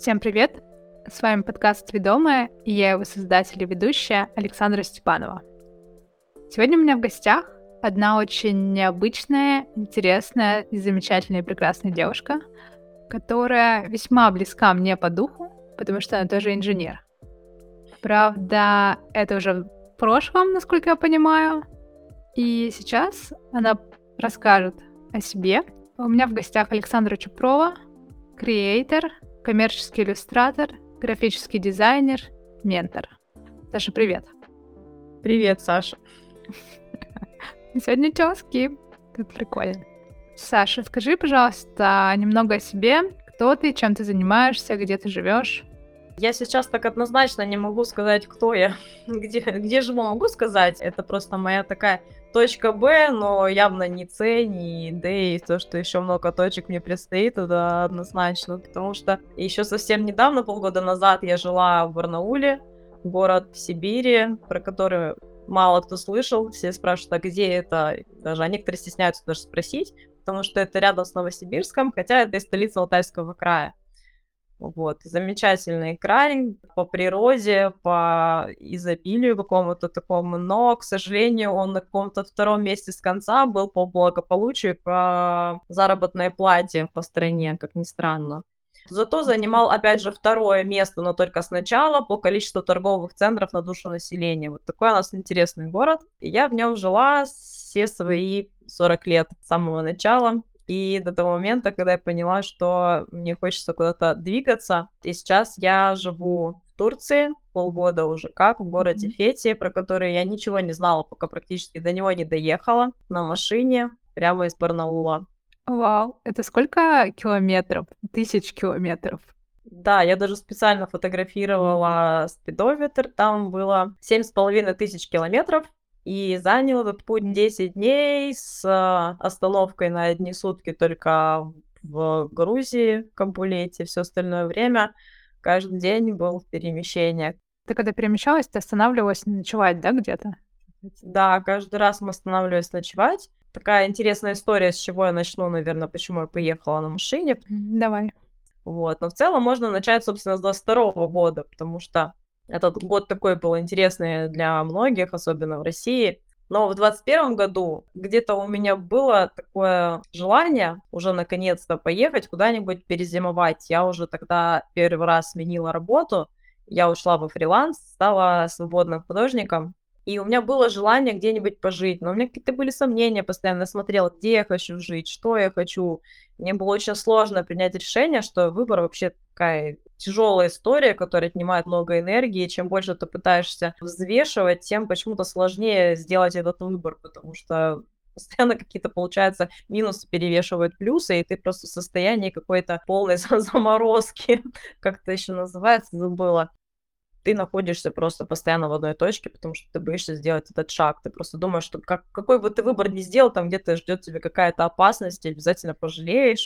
Всем привет! С вами подкаст «Ведомая» и я его создатель и ведущая Александра Степанова. Сегодня у меня в гостях одна очень необычная, интересная и замечательная и прекрасная девушка, которая весьма близка мне по духу, потому что она тоже инженер. Правда, это уже в прошлом, насколько я понимаю, и сейчас она расскажет о себе. У меня в гостях Александра Чупрова, креатор, коммерческий иллюстратор, графический дизайнер, ментор. Саша, привет. Привет, Саша. Сегодня тёлки. Как прикольно. Саша, скажи, пожалуйста, немного о себе. Кто ты, чем ты занимаешься, где ты живешь? Я сейчас так однозначно не могу сказать, кто я. Где живу, могу сказать. Это просто моя такая точка Б, но явно не С, не Д, и то, что еще много точек мне предстоит, это однозначно. Потому что еще совсем недавно, полгода назад, я жила в Барнауле, город в Сибири, про который мало кто слышал. Все спрашивают, а где это? Даже, а некоторые стесняются даже спросить, потому что это рядом с Новосибирском, хотя это и столица Алтайского края. Вот, замечательный край по природе, по изобилию какому-то такому, но, к сожалению, он на каком-то втором месте с конца был по благополучию, по заработной плате по стране, как ни странно. Зато занимал, опять же, второе место, но только сначала, по количеству торговых центров на душу населения. Вот такой у нас интересный город. И я в нем жила все свои 40 лет с самого начала. И до того момента, когда я поняла, что мне хочется куда-то двигаться. И сейчас я живу в Турции, полгода уже как, в городе Фетия, про который я ничего не знала, пока практически до него не доехала на машине прямо из Барнаула. Вау, это сколько километров? 1000 километров. Да, я даже специально фотографировала спидометр, там было 7500 километров. И занял этот путь 10 дней с остановкой на одни сутки только в Грузии, в Камбулете. Все остальное время каждый день был в перемещениях. Ты когда перемещалась, ты останавливалась ночевать, да, где-то? Да, каждый раз мы останавливались ночевать. Такая интересная история, с чего я начну, наверное, почему я поехала на машине. Давай. Вот. Но в целом можно начать, собственно, с 22 года, потому что этот год такой был интересный для многих, особенно в России. Но в 21 году где-то у меня было такое желание уже наконец-то поехать куда-нибудь перезимовать. Я уже тогда первый раз сменила работу, я ушла во фриланс, стала свободным художником. И у меня было желание где-нибудь пожить, но у меня какие-то были сомнения, постоянно смотрела, где я хочу жить, что я хочу. Мне было очень сложно принять решение, что выбор вообще такая тяжелая история, которая отнимает много энергии. Чем больше ты пытаешься взвешивать, тем почему-то сложнее сделать этот выбор, потому что постоянно какие-то, получается, минусы перевешивают плюсы, и ты просто в состоянии какой-то полной заморозки, как это еще называется, забыла. Ты находишься просто постоянно в одной точке, потому что ты боишься сделать этот шаг. Ты просто думаешь, что какой бы ты выбор ни сделал, там где-то ждет тебя какая-то опасность, и обязательно пожалеешь.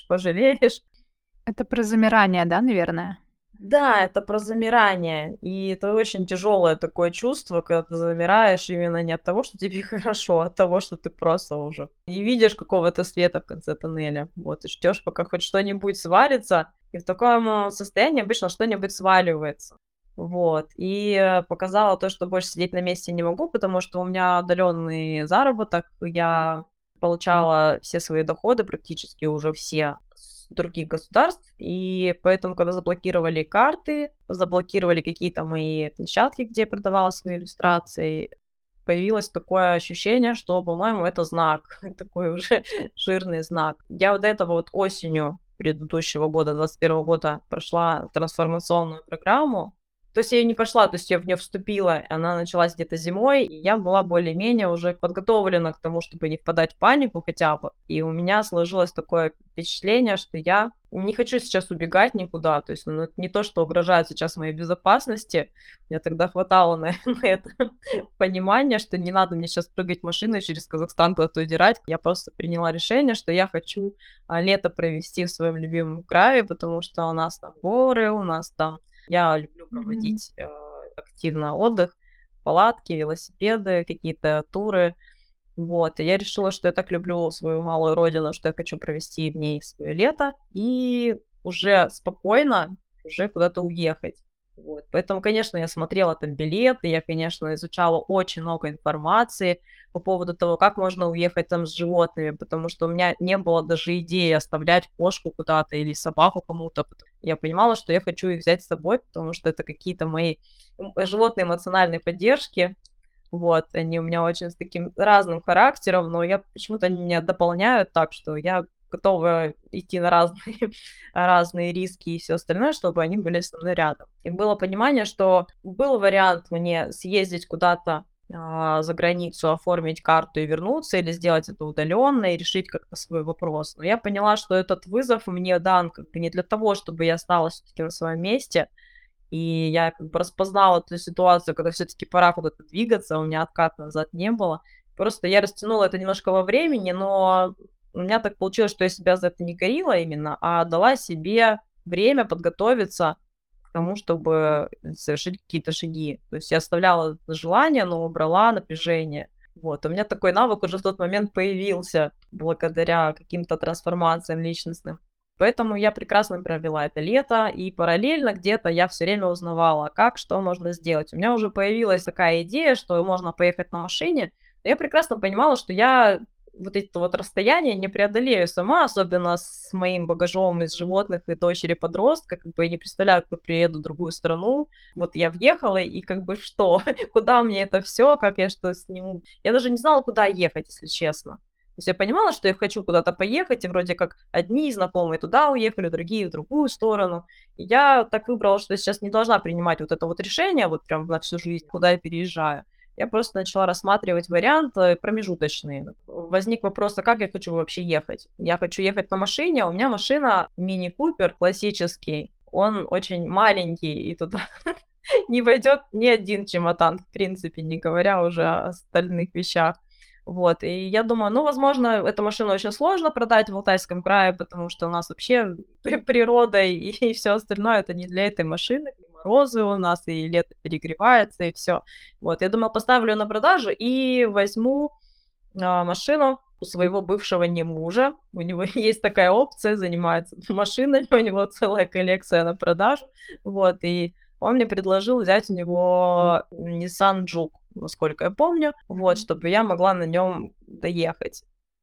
Это про замирание, да, наверное? Да, это про замирание. И это очень тяжелое такое чувство, когда ты замираешь именно не от того, что тебе хорошо, а от того, что ты просто уже не видишь какого-то света в конце тоннеля. Вот, и ждешь, пока хоть что-нибудь свалится. И в таком состоянии обычно что-нибудь сваливается. Вот, и показала то, что больше сидеть на месте не могу, потому что у меня удаленный заработок, я получала все свои доходы, практически уже все, с других государств, и поэтому, когда заблокировали карты, заблокировали какие-то мои площадки, где я продавала свои иллюстрации, появилось такое ощущение, что, по-моему, это знак, такой уже жирный знак. Я вот до этого вот осенью предыдущего года, 21 года, прошла трансформационную программу. То есть я не пошла, то есть я в нее вступила, она началась где-то зимой, и я была более-менее уже подготовлена к тому, чтобы не впадать в панику хотя бы. И у меня сложилось такое впечатление, что я не хочу сейчас убегать никуда, то есть это не то, что угрожает сейчас моей безопасности. Мне тогда хватало на это понимание, что не надо мне сейчас прыгать машиной через Казахстан куда-то удирать. Я просто приняла решение, что я хочу лето провести в своем любимом крае, потому что у нас там горы, у нас там... Я люблю проводить активно отдых, палатки, велосипеды, какие-то туры. Вот, и я решила, что я так люблю свою малую родину, что я хочу провести в ней свое лето. И уже спокойно уже куда-то уехать. Вот. Поэтому, конечно, я смотрела там билеты, я, конечно, изучала очень много информации по поводу того, как можно уехать там с животными, потому что у меня не было даже идеи оставлять кошку куда-то или собаку кому-то. Я понимала, что я хочу их взять с собой, потому что это какие-то мои животные эмоциональной поддержки. Вот, они у меня очень с таким разным характером, но я почему-то они меня дополняют так, что я готова идти на разные, разные риски и все остальное, чтобы они были со мной рядом. И было понимание, что был вариант мне съездить куда-то за границу, оформить карту и вернуться, или сделать это удаленно и решить как-то свой вопрос. Но я поняла, что этот вызов мне дан как бы не для того, чтобы я осталась все-таки на своем месте, и я как бы распознала эту ситуацию, когда все-таки пора куда-то двигаться, у меня отката назад не было. Просто я растянула это немножко во времени, но у меня так получилось, что я себя за это не корила именно, а дала себе время подготовиться к тому, чтобы совершить какие-то шаги. То есть я оставляла желание, но убрала напряжение. Вот, у меня такой навык уже в тот момент появился благодаря каким-то трансформациям личностным. Поэтому я прекрасно провела это лето, и параллельно где-то я все время узнавала, как, что можно сделать. У меня уже появилась такая идея, что можно поехать на машине. Но я прекрасно понимала, что я вот это вот расстояние не преодолею сама, особенно с моим багажом из животных и дочери-подростка. Как бы я не представляю, как приеду в другую страну. Вот я въехала, и как бы что? Куда мне это все? Как я что сниму? Я даже не знала, куда ехать, если честно. То есть я понимала, что я хочу куда-то поехать, и вроде как одни знакомые туда уехали, другие в другую сторону. И я так выбрала, что я сейчас не должна принимать вот это вот решение, вот прям на всю жизнь, куда я переезжаю. Я просто начала рассматривать варианты промежуточные. Возник вопрос, а как я хочу вообще ехать? Я хочу ехать на машине, а у меня машина мини-купер классический. Он очень маленький, и туда не войдет ни один чемодан, в принципе, не говоря уже о остальных вещах. Вот, и я думаю, ну, возможно, эту машину очень сложно продать в Алтайском крае, потому что у нас вообще природа и все остальное это не для этой машины, и морозы у нас, и лето перегревается, и все. Вот, я думаю, поставлю на продажу и возьму машину у своего бывшего не мужа. У него есть такая опция, занимается машинами, у него целая коллекция на продажу. Вот, и он мне предложил взять у него Nissan Juke, насколько я помню, вот, чтобы я могла на нем доехать.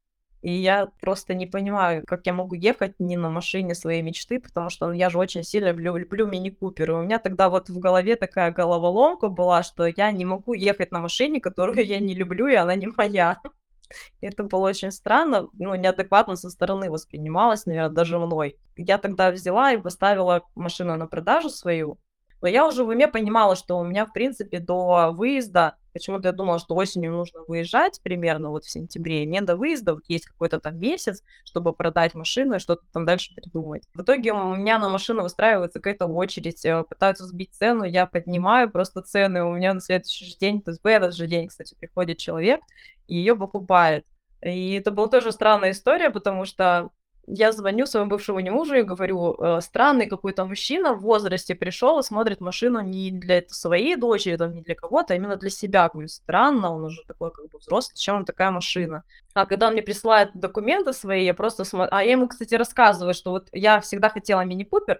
И я просто не понимаю, как я могу ехать не на машине своей мечты, потому что я же очень сильно люблю мини-купер. И у меня тогда вот в голове такая головоломка была, что я не могу ехать на машине, которую я не люблю, и она не моя. Это было очень странно, ну, неадекватно со стороны воспринималось, наверное, даже мной. Я тогда взяла и поставила машину на продажу свою, но я уже в уме понимала, что у меня, в принципе, до выезда, почему-то я думала, что осенью нужно выезжать примерно вот в сентябре, и мне до выезда вот есть какой-то там месяц, чтобы продать машину и что-то там дальше придумать. В итоге у меня на машину выстраивается какая-то очередь, пытаются сбить цену, я поднимаю просто цены, у меня на следующий же день, то есть в этот же день, кстати, приходит человек и ее покупает. И это была тоже странная история, потому что я звоню своему бывшему мужу и говорю, странный какой-то мужчина в возрасте пришел и смотрит машину не для своей дочери, там, не для кого-то, а именно для себя. Говорю, странно, он уже такой как бы взрослый, зачем ему такая машина? А когда он мне присылает документы свои, я просто смотрю... А я ему, кстати, рассказываю, что вот я всегда хотела мини-купер,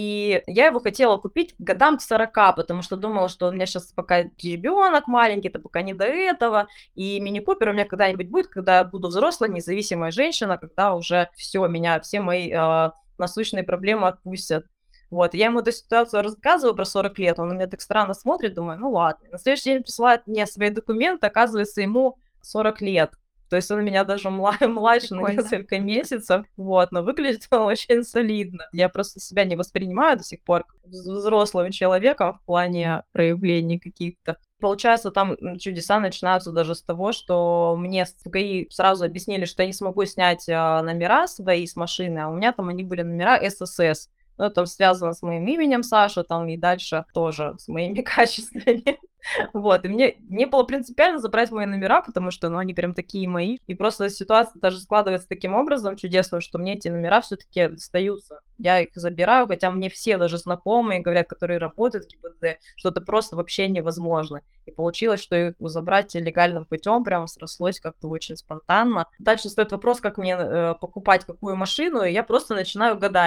и я его хотела купить к годам к 40, потому что думала, что у меня сейчас пока ребенок маленький, это пока не до этого, и мини-купер у меня когда-нибудь будет, когда я буду взрослая, независимая женщина, когда уже все мои насущные проблемы отпустят. Вот, я ему эту ситуацию рассказываю про 40 лет, он на меня так странно смотрит, думаю, ну ладно. На следующий день присылает мне свои документы, оказывается, ему 40 лет. То есть он меня даже младше на несколько месяцев, вот, но выглядит он очень солидно. Я просто себя не воспринимаю до сих пор как взрослого человека в плане проявлений каких-то. Получается, там чудеса начинаются даже с того, что мне в ГАИ сразу объяснили, что я не смогу снять номера свои с машины, а у меня там они были номера ССС. Ну, там связано с моим именем Саша, там и дальше тоже с моими качествами. Вот, и мне не было принципиально забрать мои номера, потому что, ну, они прям такие мои. И просто ситуация даже складывается таким образом чудесно, что мне эти номера все-таки достаются. Я их забираю, хотя мне все даже знакомые говорят, которые работают в ГИБДД, что это просто вообще невозможно. И получилось, что их забрать легальным путем прям срослось как-то очень спонтанно. Дальше стоит вопрос, как мне покупать какую машину, и я просто начинаю гадать,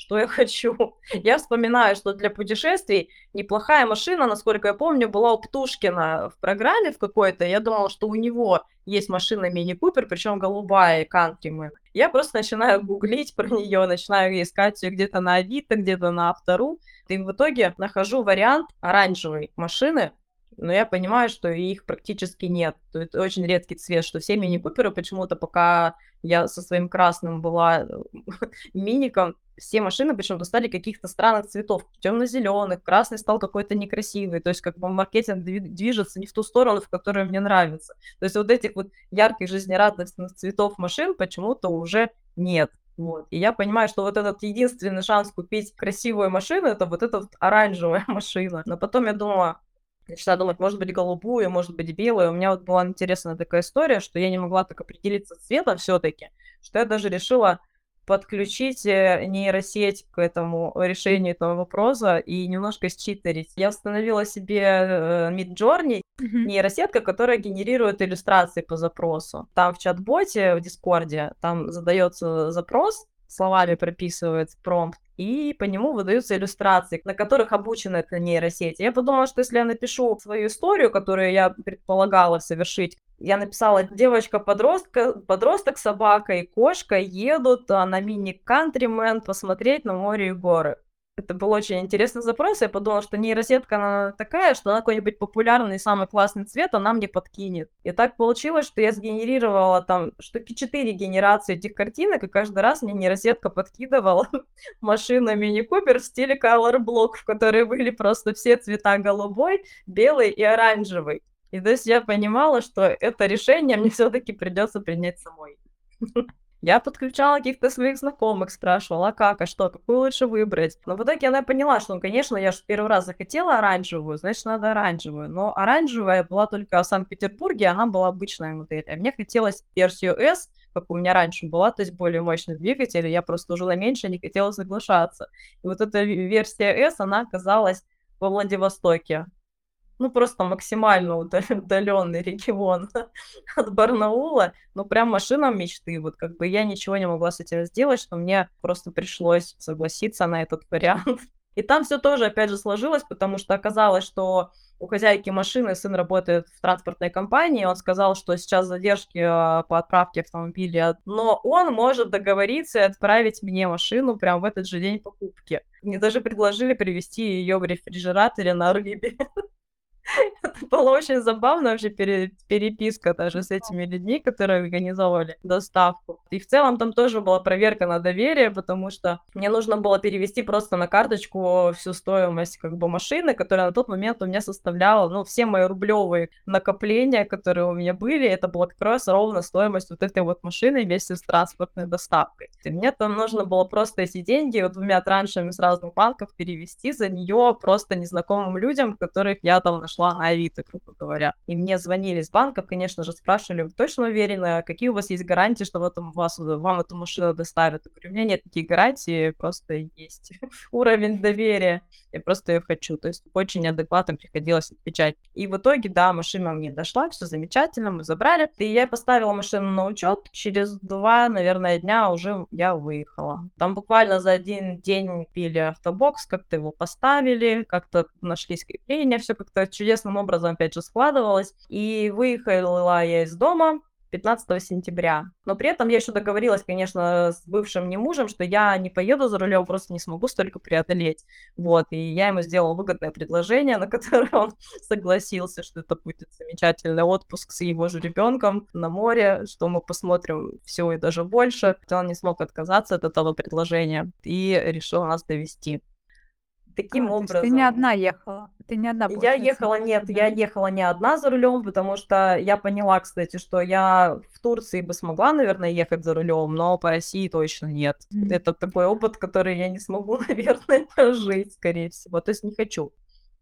что я хочу. Я вспоминаю, что для путешествий неплохая машина, насколько я помню, была у Птушкина в программе в какой-то. Я думала, что у него есть машина Мини Купер, причем голубая, Countryman. Я просто начинаю гуглить про нее, начинаю искать ее где-то на Авито, где-то на Автору. И в итоге нахожу вариант оранжевой машины, но я понимаю, что их практически нет. Это очень редкий цвет, что все мини-куперы почему-то, пока я со своим красным была миником, все машины почему-то стали каких-то странных цветов, темно-зеленых, красный стал какой-то некрасивый, то есть как бы маркетинг движется не в ту сторону, в которую мне нравится. То есть вот этих вот ярких жизнерадостных цветов машин почему-то уже нет. Вот. И я понимаю, что вот этот единственный шанс купить красивую машину, это вот эта вот оранжевая машина. Но потом я думала, начала думать, может быть, голубую, может быть, белую. У меня вот была интересная такая история, что я не могла так определиться цветом все-таки, что я даже решила подключить нейросеть к этому решению этого вопроса и немножко считерить. Я установила себе Midjourney, нейросетка, которая генерирует иллюстрации по запросу. Там в чат-боте, в Дискорде, там задается запрос, словами прописывает промпт, и по нему выдаются иллюстрации, на которых обучена эта нейросеть. Я подумала, что если я напишу свою историю, которую я предполагала совершить, я написала: подросток, собака и кошка едут на мини-кантримен посмотреть на море и горы. Это был очень интересный запрос. Я подумала, что нейросетка, она такая, что она какой-нибудь популярный, самый классный цвет она мне подкинет. И так получилось, что я сгенерировала там штуки 4 генерации этих картинок, и каждый раз мне нейросетка подкидывала машину Мини Купер в стиле Color Block, в которой были просто все цвета: голубой, белый и оранжевый. И то есть я понимала, что это решение мне все-таки придется принять самой. Я подключала каких-то своих знакомых, спрашивала, а как, а что, какую лучше выбрать. Но в итоге она поняла, что, конечно, я же первый раз захотела оранжевую, значит, надо оранжевую. Но оранжевая была только в Санкт-Петербурге, она была обычная модель. А мне хотелось версию S, как у меня раньше была, то есть более мощный двигатель, и я просто жила меньше, не хотела соглашаться. И вот эта версия S, она оказалась во Владивостоке. Ну, просто максимально удаленный регион от Барнаула, ну, прям машина мечты. Вот как бы я ничего не могла с этим сделать, что мне просто пришлось согласиться на этот вариант. И там все тоже, опять же, сложилось, потому что оказалось, что у хозяйки машины сын работает в транспортной компании, он сказал, что сейчас задержки по отправке автомобиля, но он может договориться и отправить мне машину прямо в этот же день покупки. Мне даже предложили привезти ее в рефрижераторе на рыбе. Это было очень забавно, вообще переписка даже с этими людьми, которые организовывали доставку. И в целом там тоже была проверка на доверие, потому что мне нужно было перевести просто на карточку всю стоимость как бы машины, которая на тот момент у меня составляла, ну, все мои рублевые накопления, которые у меня были, это была как раз ровно стоимость вот этой вот машины вместе с транспортной доставкой. И мне там нужно было просто эти деньги вот 2 траншами с разных банков перевести за нее просто незнакомым людям, которых я там нашла на Авито, грубо говоря. И мне звонили из банков, конечно же, спрашивали: вы точно уверены, какие у вас есть гарантии, что вам эту машину доставят? Я говорю: у меня нет таких гарантий, просто есть уровень доверия, я просто ее хочу. То есть очень адекватно приходилось отвечать. И в итоге, да, машина мне дошла, все замечательно, мы забрали. И я поставила машину на учет. Через 2, наверное, дня уже я выехала. Там буквально за 1 день купили автобокс, как-то его поставили, как-то нашли скрепления, все как-то чудесным образом, опять же, складывалось. И выехала я из дома 15 сентября. Но при этом я еще договорилась, конечно, с бывшим не мужем, что я не поеду за рулем, просто не смогу столько преодолеть. Вот, и я ему сделала выгодное предложение, на которое он согласился, что это будет замечательный отпуск с его же ребенком на море, что мы посмотрим все и даже больше. Он не смог отказаться от этого предложения и решил нас довести. Таким образом. Ты не одна ехала? Ты не одна, я ехала не одна за рулем, потому что я поняла, кстати, что я в Турции бы смогла, наверное, ехать за рулем, но по России точно нет. Это такой опыт, который я не смогу, наверное, прожить, скорее всего. То есть не хочу.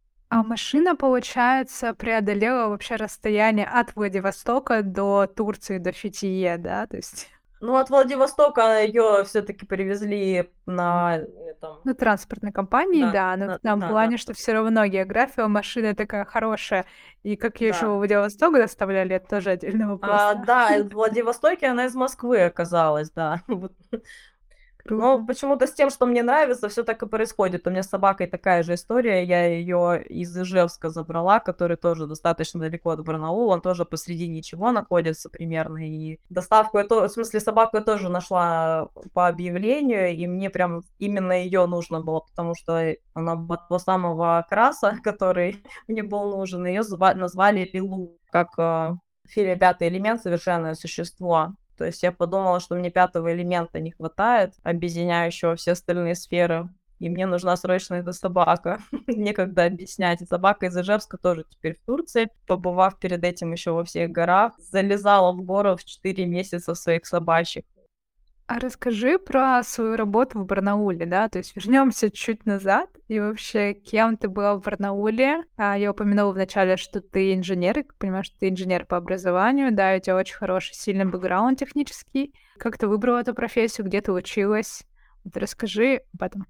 А машина, получается, преодолела вообще расстояние от Владивостока до Турции, до Фетие, да? То есть... Ну, от Владивостока ее все-таки привезли на транспортной компании, да, но в том плане, что все равно география у машины такая хорошая. И как ее еще во Владивосток доставляли, это тоже отдельный вопрос. Да, в Владивостоке она из Москвы оказалась, да. Но Круто. почему-то с тем, что мне нравится, все так и происходит. У меня с собакой такая же история. Я ее из Ижевска забрала, который тоже достаточно далеко от Барнаула. Он тоже посреди ничего находится примерно. И доставку в смысле, собаку я тоже нашла по объявлению, и мне прям именно ее нужно было, потому что она была того самого окраса, который мне был нужен. Ее назвали Лилу, как в фильме «Пятый элемент», совершенное существо. То есть я подумала, что мне пятого элемента не хватает, объединяющего все остальные сферы, и мне нужна срочно эта собака. Некогда объяснять. И собака из Ижевска тоже теперь в Турции, побывав перед этим еще во всех горах, залезала в гору в 4 месяца своих собачек. А расскажи про свою работу в Барнауле, да, то есть вернемся чуть назад, и вообще, кем ты была в Барнауле? Я упомянула вначале, что ты инженер, и понимаю, что ты инженер по образованию, да, у тебя очень хороший, сильный бэкграунд технический. Как ты выбрала эту профессию, где ты училась? Вот расскажи об этом.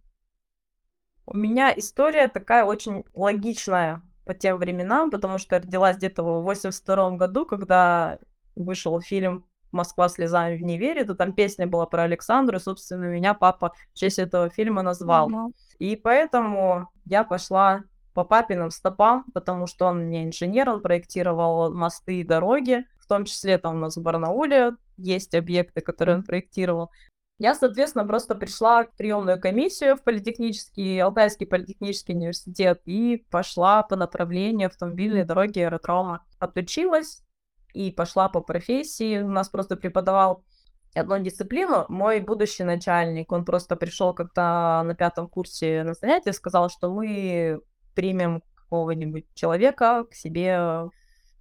У меня история такая очень логичная по тем временам, потому что я родилась где-то в 82 году, когда вышел фильм «Москва слезами не верит», и там песня была про Александру, и, собственно, меня папа в честь этого фильма назвал. Мгм. И поэтому я пошла по папиным стопам, потому что он мне инженер, он проектировал мосты и дороги, в том числе там у нас в Барнауле есть объекты, которые он проектировал. Я, соответственно, просто пришла в приемную комиссию в Алтайский политехнический университет и пошла по направлению автомобильной дороги и аэродрома. Отучилась и пошла по профессии. У нас просто преподавал одну дисциплину мой будущий начальник. Он просто пришел как-то на 5 курсе на занятие, сказал, что мы примем какого-нибудь человека к себе в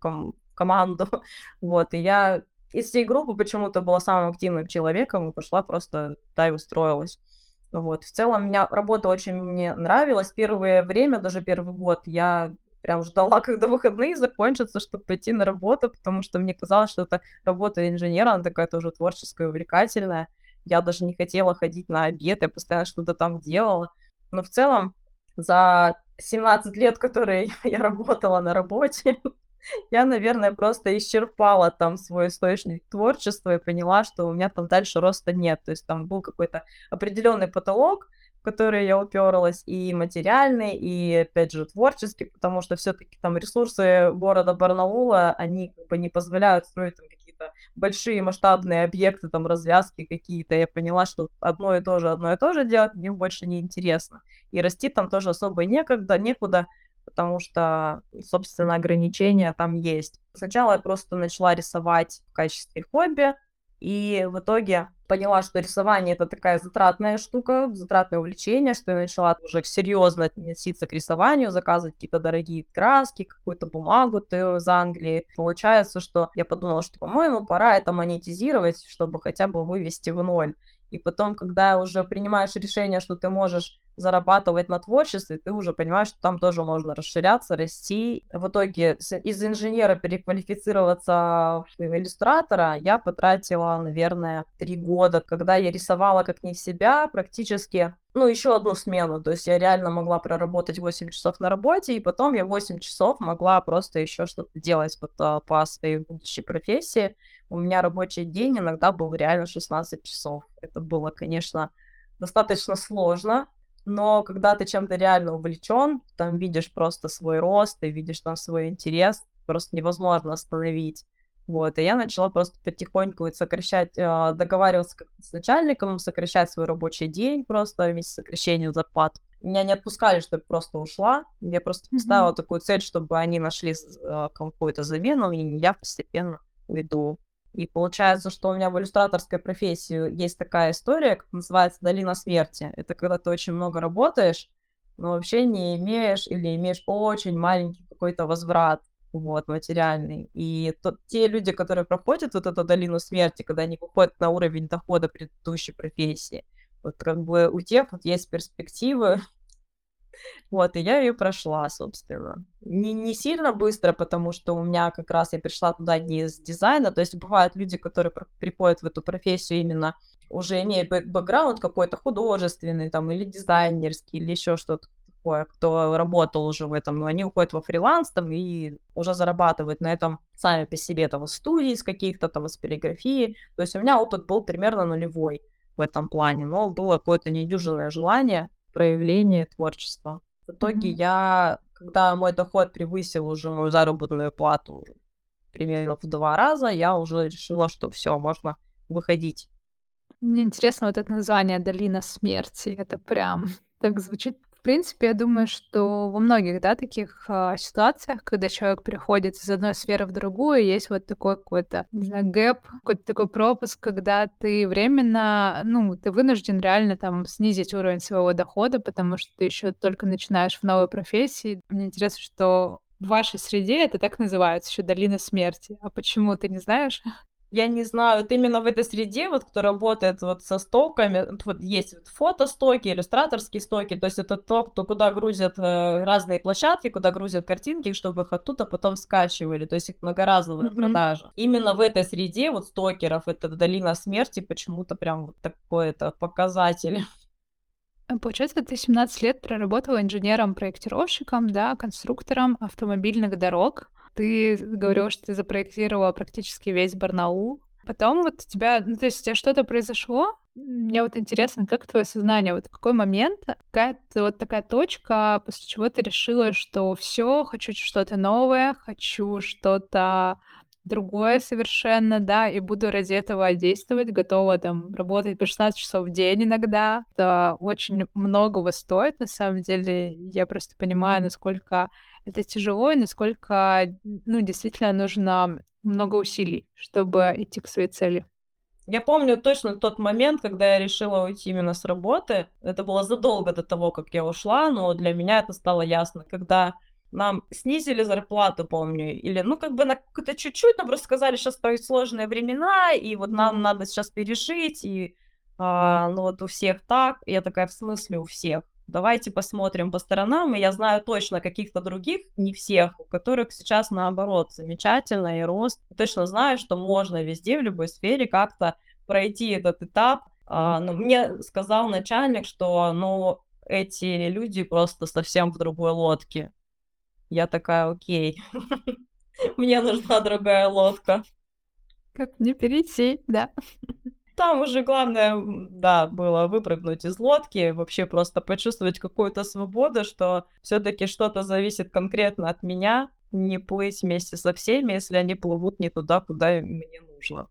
команду. Вот, и я из всей группы почему-то была самым активным человеком и пошла просто туда и устроилась. Вот. В целом, у меня работа очень мне нравилась. Первое время, даже первый год, я прям ждала, когда выходные закончатся, чтобы пойти на работу, потому что мне казалось, что это работа инженера, она такая тоже творческая, увлекательная. Я даже не хотела ходить на обед, я постоянно что-то там делала. Но в целом, за 17 лет, которые я работала на работе, я, наверное, просто исчерпала там свой источник творчества и поняла, что у меня там дальше роста нет. То есть там был какой-то определенный потолок, в который я уперлась, и материальный, и, опять же, творческий, потому что все-таки там ресурсы города Барнаула, они как бы не позволяют строить там какие-то большие масштабные объекты, там развязки какие-то. Я поняла, что одно и то же делать мне больше не интересно. И расти там тоже особо некуда, потому что, собственно, ограничения там есть. Сначала я просто начала рисовать в качестве хобби, и в итоге поняла, что рисование это такая затратная штука, затратное увлечение, что я начала уже серьезно относиться к рисованию, заказывать какие-то дорогие краски, какую-то бумагу из Англии. Получается, что я подумала, что, по-моему, пора это монетизировать, чтобы хотя бы вывести в ноль. И потом, когда уже принимаешь решение, что ты можешь зарабатывать на творчестве, ты уже понимаешь, что там тоже можно расширяться, расти. В итоге из инженера переквалифицироваться в иллюстратора я потратила, наверное, 3 года, когда я рисовала как не в себя практически, еще одну смену. То есть я реально могла проработать 8 часов на работе, и потом я 8 часов могла просто еще что-то делать по своей будущей профессии. У меня рабочий день иногда был реально 16 часов. Это было, конечно, достаточно сложно, но когда ты чем-то реально увлечен, там видишь просто свой рост, ты видишь там свой интерес, просто невозможно остановить. Вот, и я начала просто потихоньку сокращать, договариваться с начальником, сокращать свой рабочий день просто вместе с сокращением зарплат. Меня не отпускали, чтобы я просто ушла. Я просто поставила такую цель, чтобы они нашли какую-то замену, и я постепенно уйду. И получается, что у меня в иллюстраторской профессии есть такая история, как называется «долина смерти». Это когда ты очень много работаешь, но вообще не имеешь или имеешь очень маленький какой-то возврат, материальный. И те люди, которые проходят вот эту долину смерти, когда они выходят на уровень дохода предыдущей профессии, вот как бы у тех есть перспективы. И я ее прошла, собственно. Не сильно быстро, потому что у меня как раз я пришла туда не из дизайна, то есть бывают люди, которые приходят в эту профессию именно уже имея бэкграунд какой-то художественный там или дизайнерский, или еще что-то такое, кто работал уже в этом, но они уходят во фриланс там и уже зарабатывают на этом сами по себе, там, из студий, из каких-то там, из переграфии. То есть у меня опыт был примерно нулевой. в этом плане, но было какое-то недюжинное желание проявления творчества. В итоге когда мой доход превысил уже мою заработную плату примерно в 2 раза, я уже решила, что все, можно выходить. Мне интересно вот это название "Долина смерти". Это прям так звучит. В принципе, я думаю, что во многих, да, таких, ситуациях, когда человек переходит из одной сферы в другую, есть вот такой какой-то, не знаю, гэп, какой-то такой пропуск, когда ты временно, ну, ты вынужден реально там снизить уровень своего дохода, потому что ты еще только начинаешь в новой профессии. Мне интересно, что в вашей среде это так называется, еще "Долина смерти". А почему, ты не знаешь? Я не знаю, вот именно в этой среде, вот кто работает вот со стоками, вот есть вот фотостоки, иллюстраторские стоки, то есть это то, кто куда грузят разные площадки, куда грузят картинки, чтобы их оттуда потом скачивали, то есть их многоразовая продажа. Именно в этой среде вот стокеров, это долина смерти, почему-то прям вот такой это показатель. Получается, ты 17 лет проработала инженером-проектировщиком, да, конструктором автомобильных дорог. Ты говорила, что ты запроектировала практически весь Барнаул. Потом вот у тебя, ну, то есть у тебя что-то произошло. Мне вот интересно, как твое сознание, вот в какой момент, какая-то вот такая точка, после чего ты решила, что все, хочу что-то новое, хочу что-то другое совершенно, да, и буду ради этого действовать, готова там работать по 16 часов в день иногда. Это очень многого стоит, на самом деле. Я просто понимаю, насколько это тяжело и насколько, ну, действительно нужно много усилий, чтобы идти к своей цели. Я помню точно тот момент, когда я решила уйти именно с работы. Это было задолго до того, как я ушла, но для меня это стало ясно, когда нам снизили зарплату, помню, или, ну, как бы на какую-то чуть-чуть, нам просто сказали, сейчас сложные времена, и вот нам надо сейчас перешить, и, ну, вот у всех так. И я такая, в смысле у всех? Давайте посмотрим по сторонам, и я знаю точно каких-то других, не всех, у которых сейчас наоборот замечательно и рост. Я точно знаю, что можно везде, в любой сфере как-то пройти этот этап. Но мне сказал начальник, что, ну, эти люди просто совсем в другой лодке. Я такая, окей, мне нужна другая лодка. Как мне перейти, да. Там уже главное, да, было выпрыгнуть из лодки, вообще просто почувствовать какую-то свободу, что все-таки что-то зависит конкретно от меня, не плыть вместе со всеми, если они плывут не туда, куда мне нужно.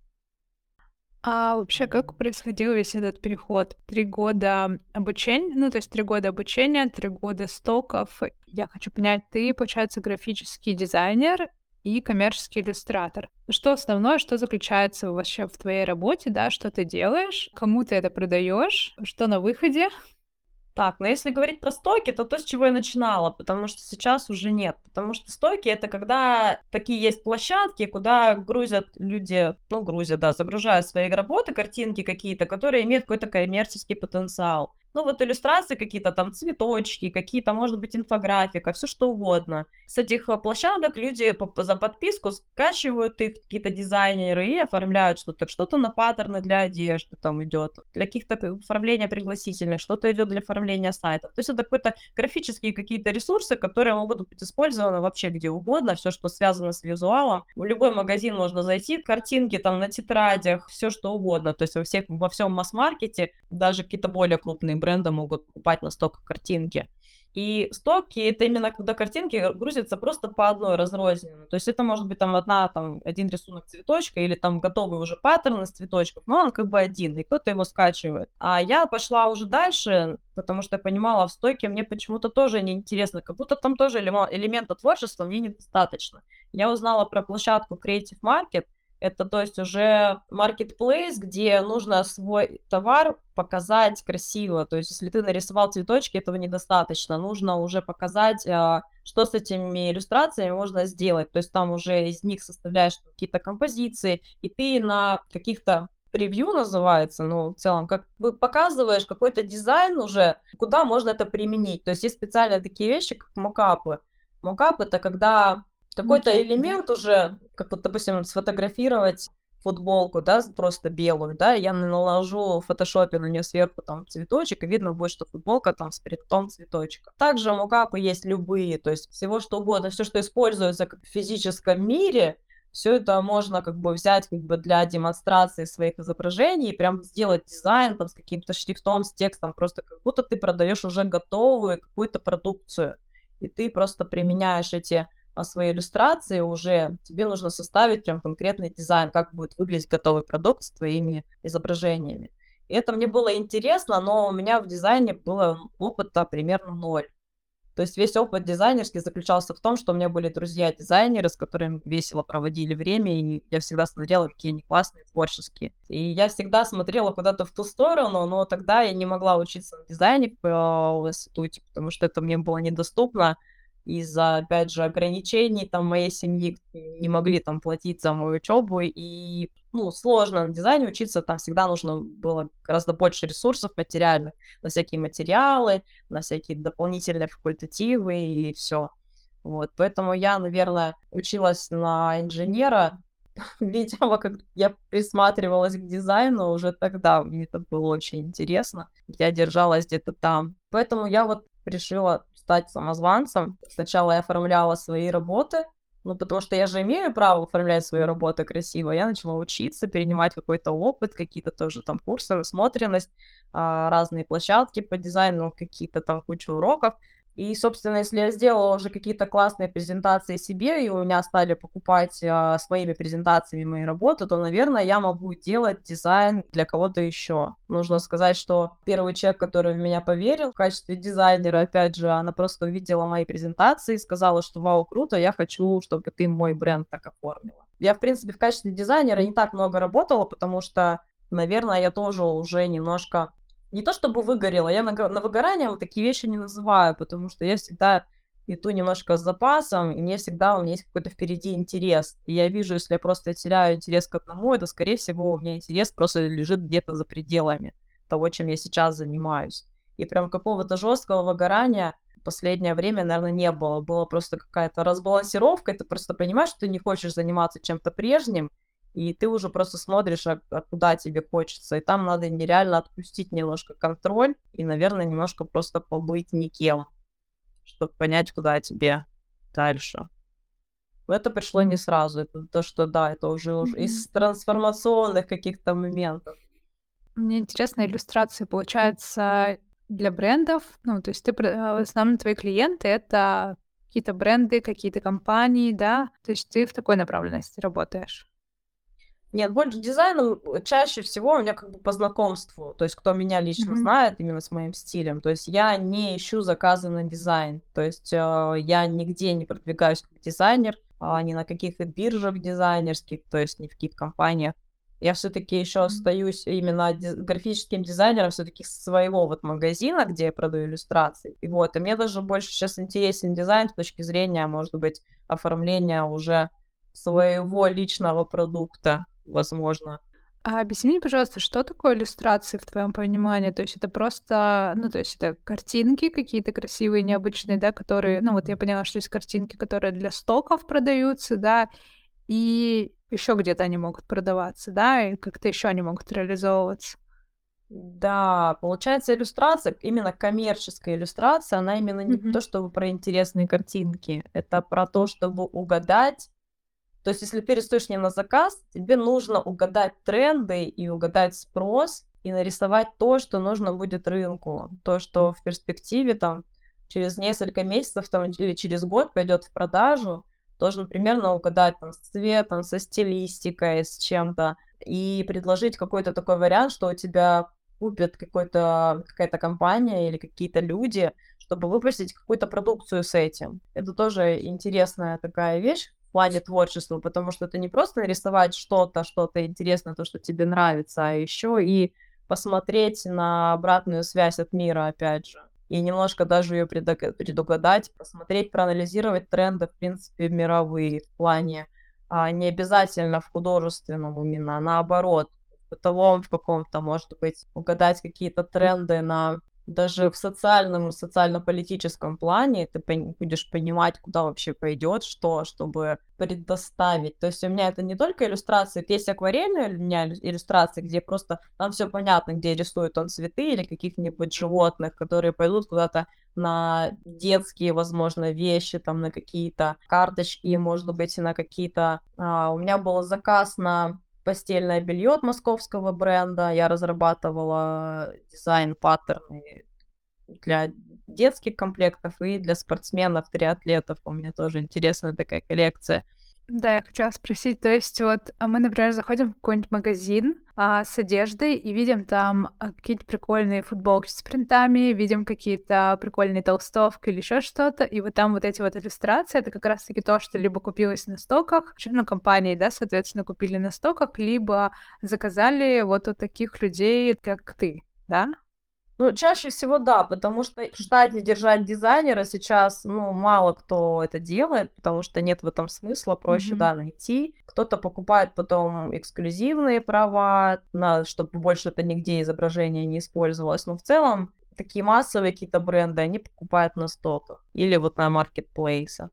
А вообще, как происходил весь этот переход? 3 года обучения, ну, то есть 3 года обучения, 3 года стоков. Я хочу понять, ты, получается, графический дизайнер и коммерческий иллюстратор. Что основное, что заключается вообще в твоей работе, да, что ты делаешь, кому ты это продаешь, что на выходе? Так, но если говорить про стойки, то с чего я начинала, потому что сейчас уже нет. Потому что стойки — это когда такие есть площадки, куда грузят люди, ну, грузят, да, загружают свои работы, картинки какие-то, которые имеют какой-то коммерческий потенциал. Ну, вот иллюстрации какие-то, там, цветочки, какие-то, может быть, инфографика, все что угодно. С этих площадок люди за подписку скачивают их, какие-то дизайнеры, и оформляют что-то на паттерны для одежды там идет, для каких-то оформления пригласительных, что-то идет для оформления сайтов. То есть это какие-то графические какие-то ресурсы, которые могут быть использованы вообще где угодно, все, что связано с визуалом. В любой магазин можно зайти, картинки там на тетрадях, все что угодно. То есть во всем масс-маркете даже какие-то более крупные бренды могут покупать на стоках картинки. И стоки — это именно когда картинки грузятся просто по одной разрозненно. То есть это может быть там один рисунок цветочка или там готовый уже паттерн из цветочков, но он как бы один, и кто-то его скачивает. А я пошла уже дальше, потому что я понимала, в стойке мне почему-то тоже неинтересно, как будто там тоже элемента творчества мне недостаточно. Я узнала про площадку Creative Market. Это, то есть, уже marketplace, где нужно свой товар показать красиво. То есть, если ты нарисовал цветочки, этого недостаточно. Нужно уже показать, что с этими иллюстрациями можно сделать. То есть, там уже из них составляешь какие-то композиции, и ты на каких-то превью называется, ну, в целом, как бы показываешь какой-то дизайн уже, куда можно это применить. То есть, есть специальные такие вещи, как мокапы. Мокап — это когда какой-то элемент уже, как вот, допустим, сфотографировать футболку, да, просто белую, да, я наложу в фотошопе на нее сверху там цветочек, и видно будет, что футболка там с принтом цветочка. Также мокапы есть любые, то есть всего что угодно, все, что используется в физическом мире, все это можно как бы взять как бы для демонстрации своих изображений, и прям сделать дизайн там с каким-то шрифтом, с текстом, просто как будто ты продаешь уже готовую какую-то продукцию, и ты просто применяешь эти свои иллюстрации уже, тебе нужно составить прям конкретный дизайн, как будет выглядеть готовый продукт с твоими изображениями. И это мне было интересно, но у меня в дизайне было опыта примерно ноль. То есть весь опыт дизайнерский заключался в том, что у меня были друзья-дизайнеры, с которыми весело проводили время, и я всегда смотрела, какие они классные, творческие. И я всегда смотрела куда-то в ту сторону, но тогда я не могла учиться на дизайне в институте, потому что это мне было недоступно из-за, опять же, ограничений там моей семьи, не могли там платить за мою учебу, и, ну, сложно на дизайне учиться, там всегда нужно было гораздо больше ресурсов материальных на всякие материалы, на всякие дополнительные факультативы и все. Вот, поэтому я, наверное, училась на инженера. Видимо, как я присматривалась к дизайну уже тогда, мне это было очень интересно. Я держалась где-то там. Поэтому я вот решила стать самозванцем. Сначала я оформляла свои работы, ну, потому что я же имею право оформлять свои работы красиво. Я начала учиться, перенимать какой-то опыт, какие-то тоже там курсы, насмотренность, разные площадки по дизайну, какие-то там кучу уроков. И, собственно, если я сделала уже какие-то классные презентации себе, и у меня стали покупать своими презентациями мои работы, то, наверное, я могу делать дизайн для кого-то еще. Нужно сказать, что первый человек, который в меня поверил в качестве дизайнера, опять же, она просто увидела мои презентации и сказала, что вау, круто, я хочу, чтобы ты мой бренд так оформила. Я, в принципе, в качестве дизайнера не так много работала, потому что, наверное, я тоже уже немножко не то чтобы выгорела, я на выгорание вот такие вещи не называю, потому что я всегда иду немножко с запасом, и мне всегда у меня есть какой-то впереди интерес. И я вижу, если я просто теряю интерес к одному, это, скорее всего, у меня интерес просто лежит где-то за пределами того, чем я сейчас занимаюсь. И прям какого-то жесткого выгорания в последнее время, наверное, не было. Была просто какая-то разбалансировка, и ты просто понимаешь, что ты не хочешь заниматься чем-то прежним, и ты уже просто смотришь, куда тебе хочется. И там надо нереально отпустить немножко контроль и, наверное, немножко просто побыть никем, чтобы понять, куда тебе дальше. Но это пришло не сразу. Это то, что да, это уже из трансформационных каких-то моментов. Мне интересно, иллюстрации, получается, для брендов, ну, то есть ты, в основном твои клиенты — это какие-то бренды, какие-то компании, да? То есть ты в такой направленности работаешь? Нет, больше дизайном чаще всего у меня как бы по знакомству, то есть кто меня лично Мгм. знает именно с моим стилем, то есть я не ищу заказы на дизайн, то есть я нигде не продвигаюсь как дизайнер, ни на каких биржах дизайнерских, то есть ни в каких компаниях. Я все-таки еще остаюсь именно графическим дизайнером все-таки своего вот магазина, где я продаю иллюстрации. И вот, и мне даже больше сейчас интересен дизайн с точки зрения, может быть, оформления уже своего личного продукта, возможно. А объясни мне, пожалуйста, что такое иллюстрации в твоем понимании? То есть это просто, ну, то есть это картинки какие-то красивые, необычные, да, которые, ну, вот я поняла, что есть картинки, которые для стоков продаются, да, и еще где-то они могут продаваться, да, и как-то еще они могут реализовываться. Да, получается, иллюстрация, именно коммерческая иллюстрация, она именно не Мгм. то, чтобы про интересные картинки, это про то, чтобы угадать. То есть, если ты рисуешь не на заказ, тебе нужно угадать тренды и угадать спрос, и нарисовать то, что нужно будет рынку. То, что в перспективе там через несколько месяцев там, или через год пойдет в продажу, должен примерно угадать там, с цветом, со стилистикой, с чем-то, и предложить какой-то такой вариант, что у тебя купит какая-то компания или какие-то люди, чтобы выпустить какую-то продукцию с этим. Это тоже интересная такая вещь в плане творчества, потому что это не просто нарисовать что-то интересное, то, что тебе нравится, а еще и посмотреть на обратную связь от мира, опять же. И немножко даже ее предугадать, посмотреть, проанализировать тренды, в принципе, мировые в плане не обязательно в художественном именно, а наоборот, в бытовом в каком-то, может быть, угадать какие-то тренды на даже в социальном, социально-политическом плане ты будешь понимать, куда вообще пойдет, что, чтобы предоставить. То есть у меня это не только иллюстрации, есть акварельные у меня иллюстрации, где просто там все понятно, где рисует он цветы или каких-нибудь животных, которые пойдут куда-то на детские, возможно, вещи, там на какие-то карточки, может быть, и на какие-то... у меня был заказ на постельное белье от московского бренда. Я разрабатывала дизайн паттерны для детских комплектов и для спортсменов, триатлетов. У меня тоже интересная такая коллекция. Да, я хотела спросить, то есть вот мы, например, заходим в какой-нибудь магазин с одеждой и видим там какие-то прикольные футболки с принтами, видим какие-то прикольные толстовки или еще что-то, и вот там вот эти вот иллюстрации, это как раз-таки то, что либо купилось на стоках, ну, компании, да, соответственно, купили на стоках, либо заказали вот у таких людей, как ты, да? Ну, чаще всего да, потому что в штате держать дизайнера сейчас, ну, мало кто это делает, потому что нет в этом смысла, проще, да, найти. Кто-то покупает потом эксклюзивные права, чтобы больше это нигде изображение не использовалось. Но в целом такие массовые какие-то бренды, они покупают на стоках или вот на маркетплейсах.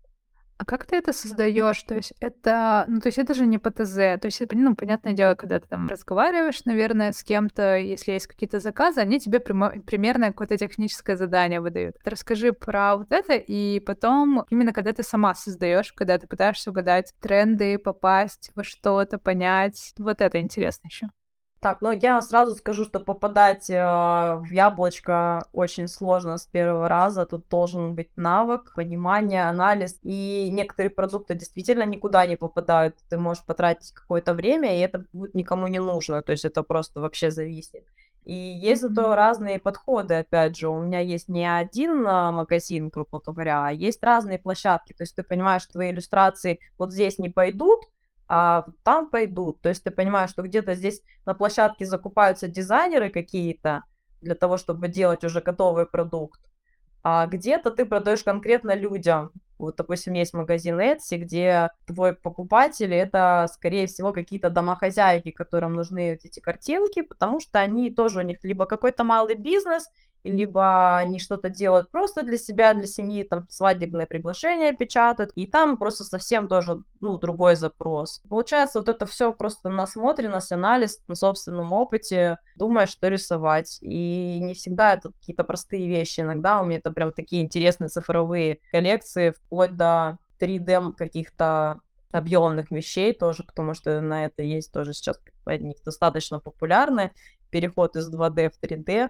А как ты это создаешь? То есть это, ну, то есть это же не ПТЗ. То есть, это, ну, понятное дело, когда ты там разговариваешь, наверное, с кем-то, если есть какие-то заказы, они тебе примерно какое-то техническое задание выдают. Расскажи про вот это, и потом именно когда ты сама создаешь, когда ты пытаешься угадать тренды, попасть во что-то, понять. Вот это интересно еще. Так, ну я сразу скажу, что попадать в яблочко очень сложно с первого раза. Тут должен быть навык, понимание, анализ. И некоторые продукты действительно никуда не попадают. Ты можешь потратить какое-то время, и это будет никому не нужно. То есть это просто вообще зависит. И есть зато разные подходы, опять же. У меня есть не один магазин, грубо говоря, а есть разные площадки. То есть ты понимаешь, что твои иллюстрации вот здесь не пойдут, а там пойдут. То есть ты понимаешь, что где-то здесь на площадке закупаются дизайнеры какие-то для того, чтобы делать уже готовый продукт, а где-то ты продаешь конкретно людям. Вот, допустим, есть магазин Etsy, где твой покупатель — это, скорее всего, какие-то домохозяйки, которым нужны эти картинки, потому что они тоже, у них либо какой-то малый бизнес, либо они что-то делают просто для себя, для семьи, там свадебное приглашение печатают, и там просто совсем тоже, ну, другой запрос. Получается, вот это все просто насмотренность, анализ на собственном опыте, думаешь, что рисовать. И не всегда это какие-то простые вещи. Иногда у меня это прям такие интересные цифровые коллекции, вплоть до 3D каких-то объемных вещей тоже, потому что на это есть тоже сейчас они достаточно популярны. Переход из 2D в 3D.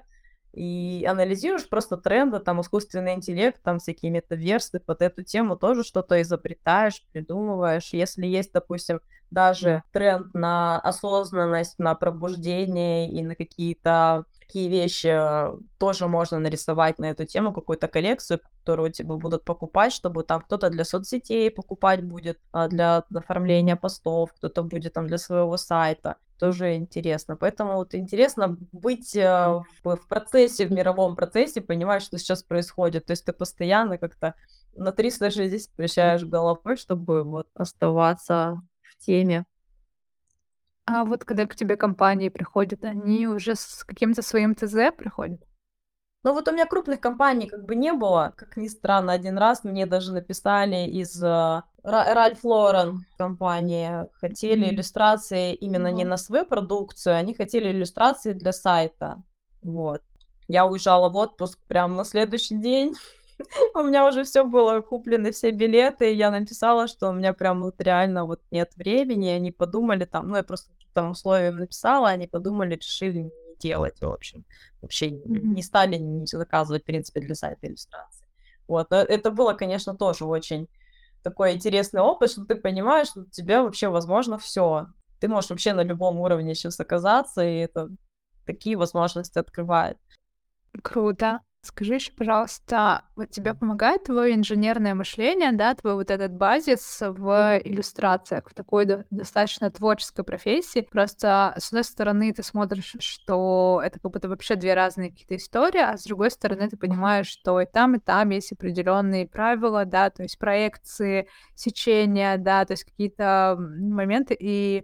И анализируешь просто тренды, там, искусственный интеллект, там, всякие метаверсы, под эту тему тоже что-то изобретаешь, придумываешь. Если есть, допустим, даже тренд на осознанность, на пробуждение и на какие-то такие вещи, тоже можно нарисовать на эту тему какую-то коллекцию, которую тебе будут покупать, чтобы там кто-то для соцсетей покупать будет, для оформления постов, кто-то будет там для своего сайта. Тоже интересно. Поэтому вот интересно быть в процессе, в мировом процессе, понимать, что сейчас происходит. То есть ты постоянно как-то на 360 включаешь головой, чтобы вот оставаться в теме. А вот когда к тебе компании приходят, они уже с каким-то своим ТЗ приходят? Ну вот у меня крупных компаний как бы не было. Как ни странно, один раз мне даже написали из Ральф Лорен компании. Хотели иллюстрации именно не на свою продукцию, они хотели иллюстрации для сайта. Вот. Я уезжала в отпуск прямо на следующий день. У меня уже все было, куплены все билеты, и я написала, что у меня прям вот реально вот нет времени, и они подумали там, ну, я просто там условиям написала, они подумали, решили не делать, в общем. Вообще не стали заказывать, в принципе, для сайта иллюстрации. Вот, но это было, конечно, тоже очень такой интересный опыт, что ты понимаешь, что у тебя вообще возможно все. Ты можешь вообще на любом уровне сейчас оказаться, и это такие возможности открывает. Круто. Скажи еще, пожалуйста, вот тебе помогает твое инженерное мышление, да, твой вот этот базис в иллюстрациях, в такой достаточно творческой профессии? Просто, с одной стороны, ты смотришь, что это как будто вообще две разные какие-то истории, а с другой стороны, ты понимаешь, что и там есть определенные правила, да, то есть проекции, сечения, да, то есть какие-то моменты, и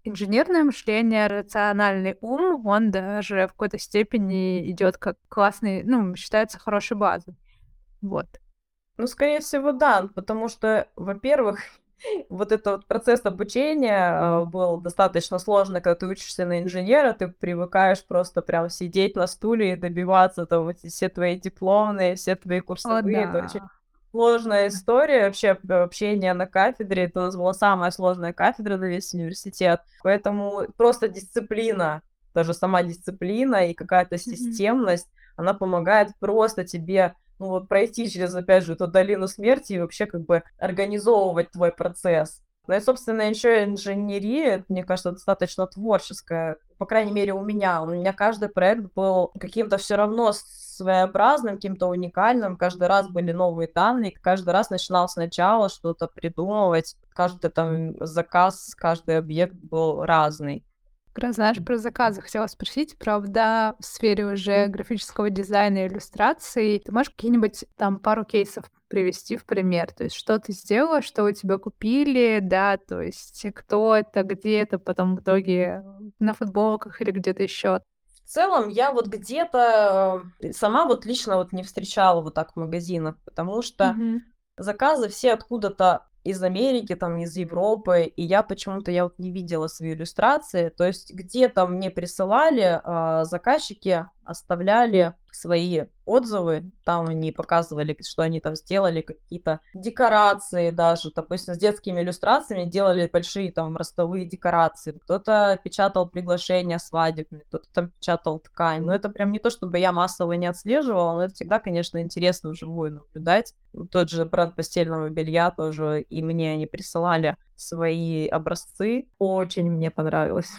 инженерное мышление, рациональный ум, он даже в какой-то степени идет как классный, считается хорошей базой. Вот. Ну, скорее всего, да, потому что, во-первых, вот этот вот процесс обучения был достаточно сложный, когда ты учишься на инженера, ты привыкаешь просто прям сидеть на стуле и добиваться там вот все твои дипломные, все твои О, курсовые, это очень да. сложная история, вообще общение на кафедре, это у нас была самая сложная кафедра на весь университет, поэтому просто дисциплина, даже сама дисциплина и какая-то Мгм. системность, она помогает просто тебе пройти через, опять же, эту долину смерти и вообще как бы организовывать твой процесс. Ну и, собственно, еще инженерия, мне кажется, достаточно творческая. По крайней мере, у меня. У меня каждый проект был каким-то все равно своеобразным, каким-то уникальным. Каждый раз были новые данные, каждый раз начинал сначала что-то придумывать. Каждый там заказ, каждый объект был разный. Как раз, знаешь, про заказы хотела спросить. Правда, в сфере уже графического дизайна и иллюстрации ты можешь какие-нибудь там пару кейсов привести в пример? То есть что ты сделала, что у тебя купили, да, то есть кто это, где это, потом в итоге на футболках или где-то еще. В целом, я вот где-то сама вот лично вот не встречала вот так в магазинах, потому что Мгм. заказы все откуда-то из Америки, там, из Европы, и я вот не видела свои иллюстрации. То есть где-то мне присылали, заказчики оставляли свои отзывы, там они показывали, что они там сделали, какие-то декорации даже, допустим, с детскими иллюстрациями делали большие там ростовые декорации. Кто-то печатал приглашения свадебные, кто-то там печатал ткань. Но это прям не то, чтобы я массово не отслеживала, но это всегда, конечно, интересно вживую наблюдать. Тот же бренд постельного белья тоже, и мне они присылали свои образцы. Очень мне понравилось.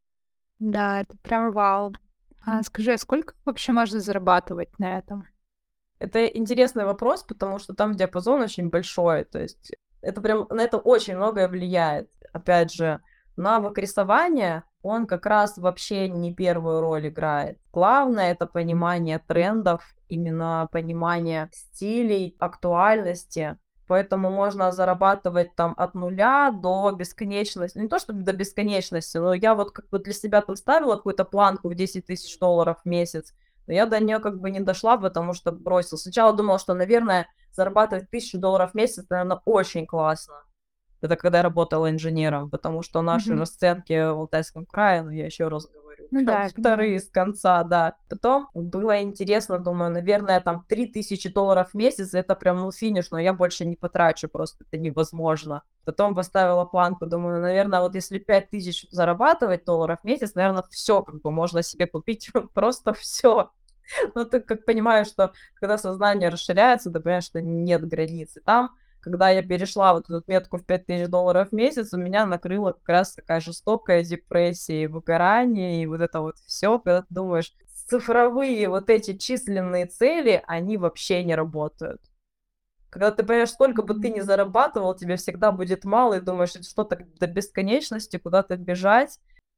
Да, это прям вау. А скажи, а сколько вообще можно зарабатывать на этом? Это интересный вопрос, потому что там диапазон очень большой, то есть это прям на это очень многое влияет. Опять же, навык рисования, он как раз вообще не первую роль играет. Главное это понимание трендов, именно понимание стилей, актуальности. Поэтому можно зарабатывать там от нуля до бесконечности. Не то чтобы до бесконечности, но я вот как бы для себя там ставила какую-то планку в $10 000 в месяц. Но я до нее как бы не дошла, потому что бросила. Сначала думала, что, наверное, зарабатывать $1000 в месяц, наверное, очень классно. Это когда я работала инженером, потому что наши Мгм. расценки в Алтайском крае, я еще раз говорю, Ну прям да, я понимаю. вторые с конца, да. Потом было интересно, думаю, наверное, там $3000 в месяц, это прям, финиш, но я больше не потрачу, просто это невозможно. Потом поставила планку, думаю, наверное, вот если 5000 зарабатывать долларов в месяц, наверное, все как бы можно себе купить, просто все. Но ты как понимаешь, что когда сознание расширяется, ты понимаешь, что нет границ. И там, когда я перешла вот эту метку в $5000 в месяц, у меня накрыла как раз такая жестокая депрессия и выгорание, и вот это вот все, когда ты думаешь, цифровые вот эти численные цели, они вообще не работают. Когда ты понимаешь, сколько бы ты ни зарабатывал, тебе всегда будет мало, и думаешь, это что-то до бесконечности, куда-то бежать.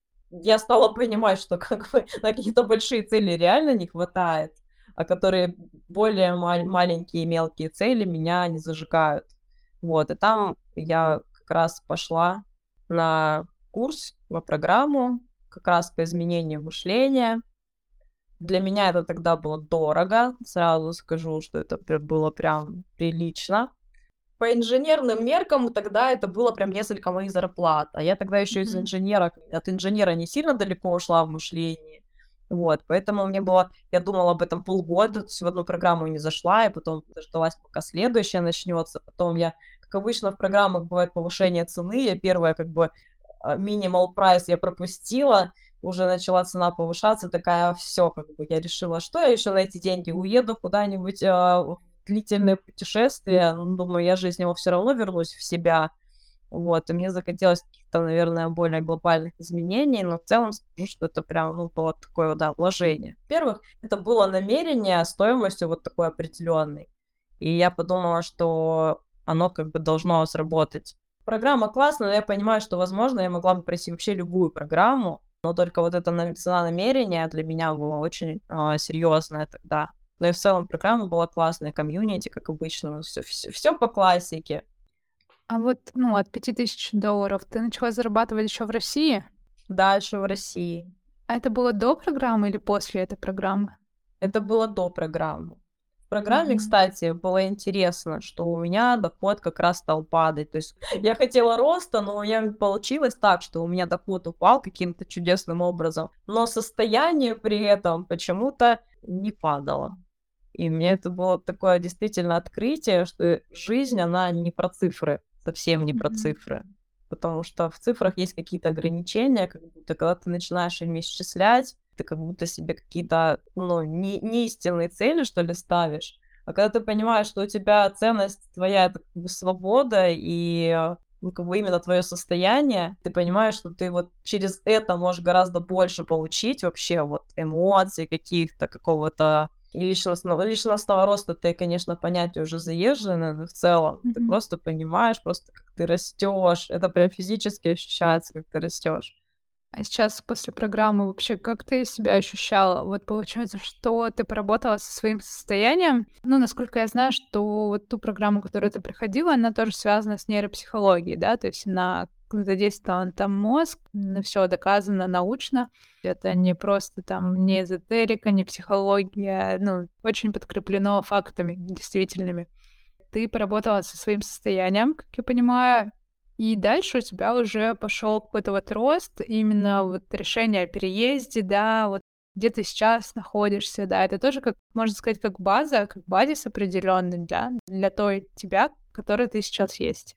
Я стала понимать, что как бы на какие-то большие цели реально не хватает, а которые более маленькие, мелкие цели меня не зажигают. Вот, и там я как раз пошла на курс, по программу, как раз по изменению мышления. Для меня это тогда было дорого, сразу скажу, что это было прям прилично. По инженерным меркам тогда это было прям несколько моих зарплат. А я тогда еще из Мгм. инженера, от инженера не сильно далеко ушла в мышлении. Вот, поэтому мне было, я думала об этом полгода, то есть в одну программу не зашла, и потом дождалась, пока следующая начнется. Потом я, как обычно в программах бывает повышение цены, я первая как бы минимал прайс я пропустила, уже начала цена повышаться, такая, все, как бы я решила, что я еще на эти деньги уеду куда-нибудь в длительное путешествие, думаю, я же из него все равно вернусь в себя, вот, и мне захотелось каких-то, наверное, более глобальных изменений, но в целом скажу, что это прям, было такое, да, вложение. Во-первых, это было намерение стоимостью вот такой определенной, и я подумала, что оно как бы должно сработать. Программа классная, но я понимаю, что, возможно, я могла бы пройти вообще любую программу, но только вот это цена намерения для меня была очень серьезная тогда. Но и в целом программа была классная, комьюнити, как обычно, все по классике. А вот, от $5000 ты начала зарабатывать еще в России? дальше в России. А это было до программы или после этой программы? Это было до программы. В программе, Мгм. кстати, было интересно, что у меня доход как раз стал падать. То есть я хотела роста, но получилось так, что у меня доход упал каким-то чудесным образом, но состояние при этом почему-то не падало. И мне это было такое действительно открытие, что жизнь, она не про цифры, совсем не про Мгм. цифры. Потому что в цифрах есть какие-то ограничения, как будто когда ты начинаешь ими исчислять, ты как будто себе какие-то, ну, не истинные цели, что ли, ставишь. А когда ты понимаешь, что у тебя ценность твоя — это как бы свобода и ну, как бы именно твое состояние, ты понимаешь, что ты вот через это можешь гораздо больше получить вообще вот эмоций каких-то, какого-то и личностного роста. Ты, конечно, понятие уже заезженное, но в целом ты Мгм. просто понимаешь, просто как ты растешь. Это прям физически ощущается, как ты растешь. А сейчас после программы вообще как ты себя ощущала? Вот получается, что ты поработала со своим состоянием. Ну, насколько я знаю, что вот ту программу, которую ты проходила, она тоже связана с нейропсихологией, да, то есть она задействован там мозг, все доказано научно. Это не просто там не эзотерика, не психология, ну, очень подкреплено фактами действительными. Ты поработала со своим состоянием, как я понимаю, и дальше у тебя уже пошел какой-то вот рост, именно вот решение о переезде, да, вот где ты сейчас находишься, да, это тоже, как можно сказать, как база, как базис определенный, да, для той тебя, которой ты сейчас есть.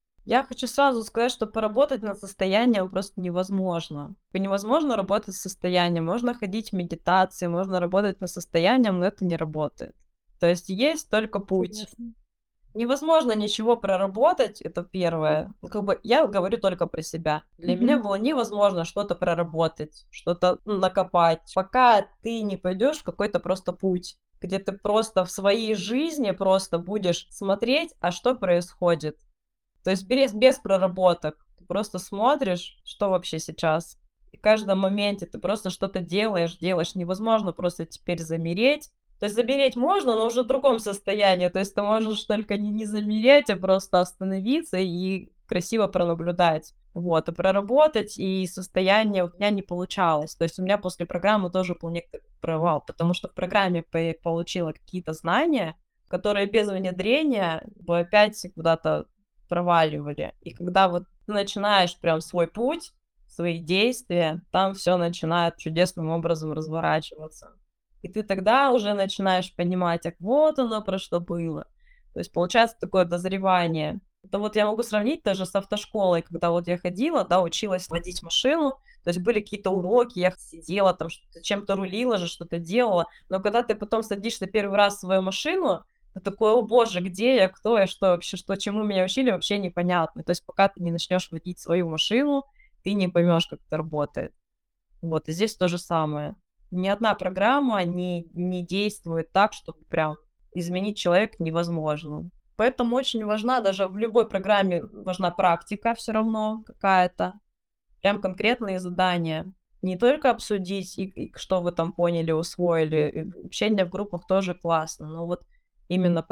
Я хочу сразу сказать, что поработать над состоянием просто невозможно. Невозможно работать с состоянием. Можно ходить в медитации, можно работать над состоянием, но это не работает. То есть только путь. Интересно. Невозможно ничего проработать, это первое. Ну, как бы я говорю только про себя. Для меня Мгм. было невозможно что-то проработать, что-то накопать, пока ты не пойдешь в какой-то просто путь, где ты просто в своей жизни просто будешь смотреть, а что происходит. То есть без проработок. Ты просто смотришь, что вообще сейчас. И в каждом моменте ты просто что-то делаешь. Невозможно просто теперь замереть. То есть замереть можно, но уже в другом состоянии. То есть ты можешь только не замереть, а просто остановиться и красиво пронаблюдать. Вот, и проработать, и состояние у меня не получалось. То есть у меня после программы тоже был некоторый провал, потому что в программе получила какие-то знания, которые без внедрения бы опять куда-то проваливали. И когда вот ты начинаешь прям свой путь, свои действия, там все начинает чудесным образом разворачиваться. И ты тогда уже начинаешь понимать, как вот оно про что было. То есть получается такое дозревание. Это вот я могу сравнить даже с автошколой, когда вот я ходила, да, училась водить машину, то есть были какие-то уроки, я сидела там, чем-то рулила же, что-то делала, но когда ты потом садишься первый раз в свою машину, ты такой: "О боже, где я, кто я, что вообще, что, чему меня учили, вообще непонятно". То есть пока ты не начнешь водить свою машину, ты не поймешь, как это работает. Вот, и здесь то же самое. Ни одна программа не действует так, чтобы прям изменить человека невозможно. Поэтому очень важна, даже в любой программе важна практика все равно какая-то, прям конкретные задания. Не только обсудить, и что вы там поняли, усвоили. И общение в группах тоже классно, но вот именно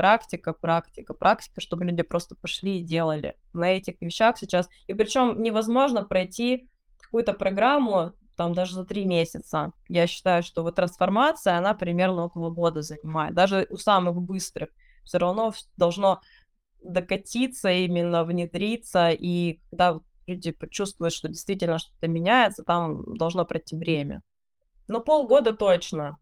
практика, чтобы люди просто пошли и делали. На этих вещах сейчас. И причем невозможно пройти какую-то программу там даже за 3 месяца. Я считаю, что вот трансформация, она примерно около года занимает. Даже у самых быстрых все равно должно докатиться, именно внедриться, и когда вот люди почувствуют, что действительно что-то меняется, там должно пройти время. Но полгода точно.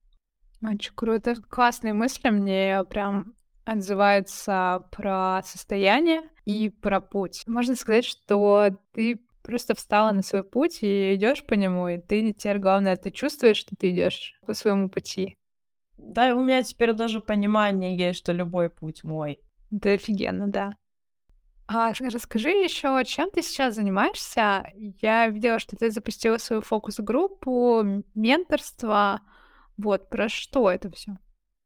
Очень круто. Классные мысли. Мне прям отзывается про состояние и про путь. Можно сказать, что ты просто встала на свой путь и идешь по нему, и ты теперь главное, ты чувствуешь, что ты идешь по своему пути. Да, и у меня теперь даже понимание есть, что любой путь мой. Это офигенно, да. А расскажи еще, чем ты сейчас занимаешься? Я видела, что ты запустила свою фокус-группу, менторство. Вот, про что это все?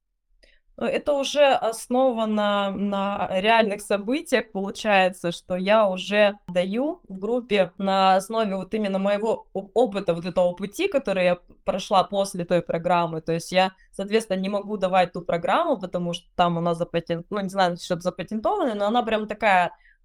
Это уже основано на реальных событиях. Получается, что я уже даю в группе на основе вот именно моего опыта, вот этого пути, который я прошла после той программы. То есть я, соответственно, не могу давать ту программу, потому что там она ну, не знаю, что-то запатентованное, но она прям такая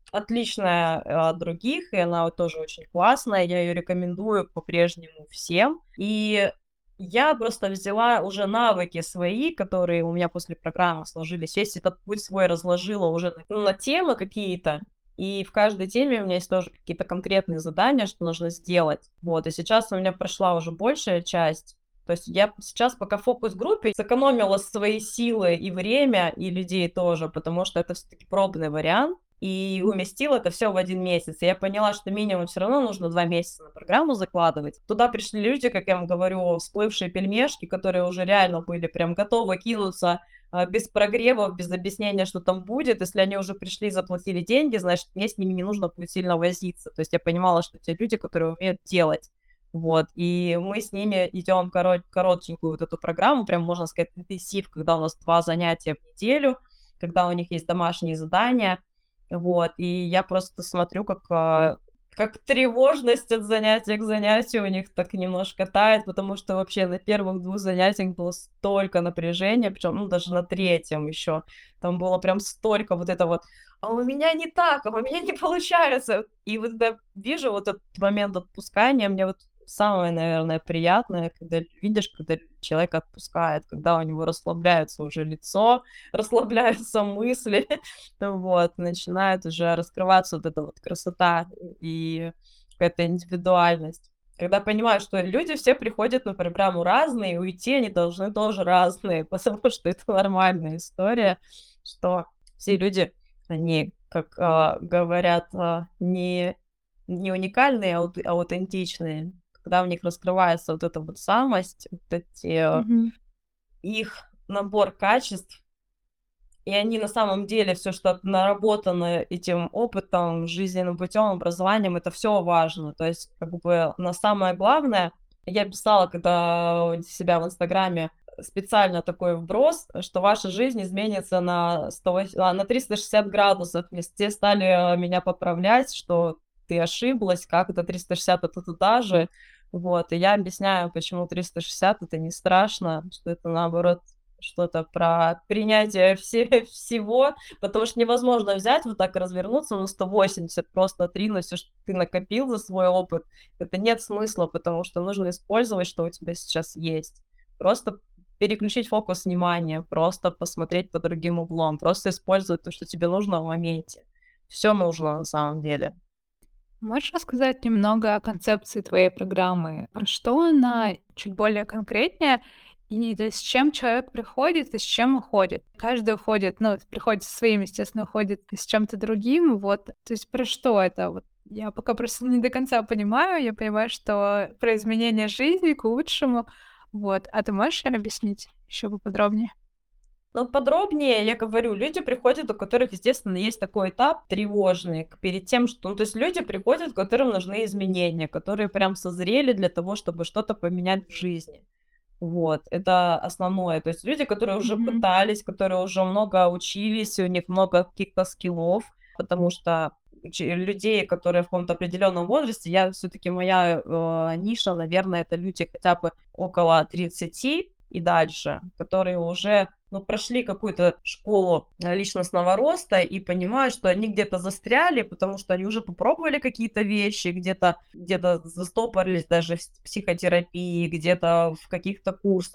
отличная от других, и она вот тоже очень классная. Я ее рекомендую по-прежнему всем. И я просто взяла уже навыки свои, которые у меня после программы сложились. Весь этот путь свой разложила уже на темы какие-то. И в каждой теме у меня есть тоже какие-то конкретные задания, что нужно сделать. Вот, и сейчас у меня прошла уже большая часть. То есть я сейчас пока в фокус-группе сэкономила свои силы и время, и людей тоже, потому что это все-таки пробный вариант. И уместила это все в 1 месяц. И я поняла, что минимум все равно нужно 2 месяца на программу закладывать. Туда пришли люди, как я вам говорю, всплывшие пельмешки, которые уже реально были прям готовы кинуться без прогревов, без объяснения, что там будет. Если они уже пришли и заплатили деньги, значит, мне с ними не нужно будет сильно возиться. То есть я понимала, что те люди, которые умеют делать. Вот, и мы с ними идем коротенькую вот эту программу, прям, можно сказать, интенсив, когда у нас 2 занятия в неделю, когда у них есть домашние задания. Вот, и я просто смотрю, как тревожность от занятия к занятию у них так немножко тает, потому что вообще на первых 2 занятиях было столько напряжения, причем, ну, даже на третьем еще, там было прям столько вот это вот, а у меня не так, а у меня не получается. И вот я вижу вот этот момент отпускания, мне вот самое, наверное, приятное, когда видишь, когда человек отпускает, когда у него расслабляется уже лицо, расслабляются мысли, вот, начинает уже раскрываться вот эта вот красота и какая-то индивидуальность. Когда понимаю, что люди все приходят на программу разные, и уйти они должны тоже разные, потому что это нормальная история, что все люди, они, как говорят, не уникальные, а аутентичные. Когда в них раскрывается вот эта вот самость, вот эти Мгм. их набор качеств, и они на самом деле все, что наработано этим опытом, жизненным путем, образованием, это все важно. То есть, как бы, на самое главное, я писала, когда у себя в Инстаграме, специально такой вброс, что ваша жизнь изменится на 360 градусов. Все стали меня поправлять, что ты ошиблась, как это 360, это туда же. Вот, и я объясняю, почему 360 это не страшно, что это наоборот что-то про принятие всего, потому что невозможно взять вот так и развернуться на 180, просто отринуть все, что ты накопил за свой опыт. Это нет смысла, потому что нужно использовать, что у тебя сейчас есть. Просто переключить фокус внимания, просто посмотреть под другим углом, просто использовать то, что тебе нужно в моменте. Все нужно на самом деле. Можешь рассказать немного о концепции твоей программы? Про что она чуть более конкретнее? И то есть с чем человек приходит и с чем уходит? Каждый уходит, ну, приходит со своим, естественно, уходит с чем-то другим. Вот, то есть про что это? Вот я пока просто не до конца понимаю. Я понимаю, что про изменение жизни к лучшему. Вот. А ты можешь объяснить еще поподробнее? Но подробнее я говорю, люди приходят, у которых, естественно, есть такой этап тревожный перед тем, что... Ну, то есть люди приходят, которым нужны изменения, которые прям созрели для того, чтобы что-то поменять в жизни. Вот, это основное. То есть люди, которые уже Мгм. пытались, которые уже много учились, у них много каких-то скиллов, потому что людей, которые в каком-то определенном возрасте, я все-таки моя ниша, наверное, это люди хотя бы около 30 и дальше, которые уже ну, прошли какую-то школу личностного роста и понимают, что они где-то застряли, потому что они уже попробовали какие-то вещи, где-то застопорились даже в психотерапии, где-то в каких-то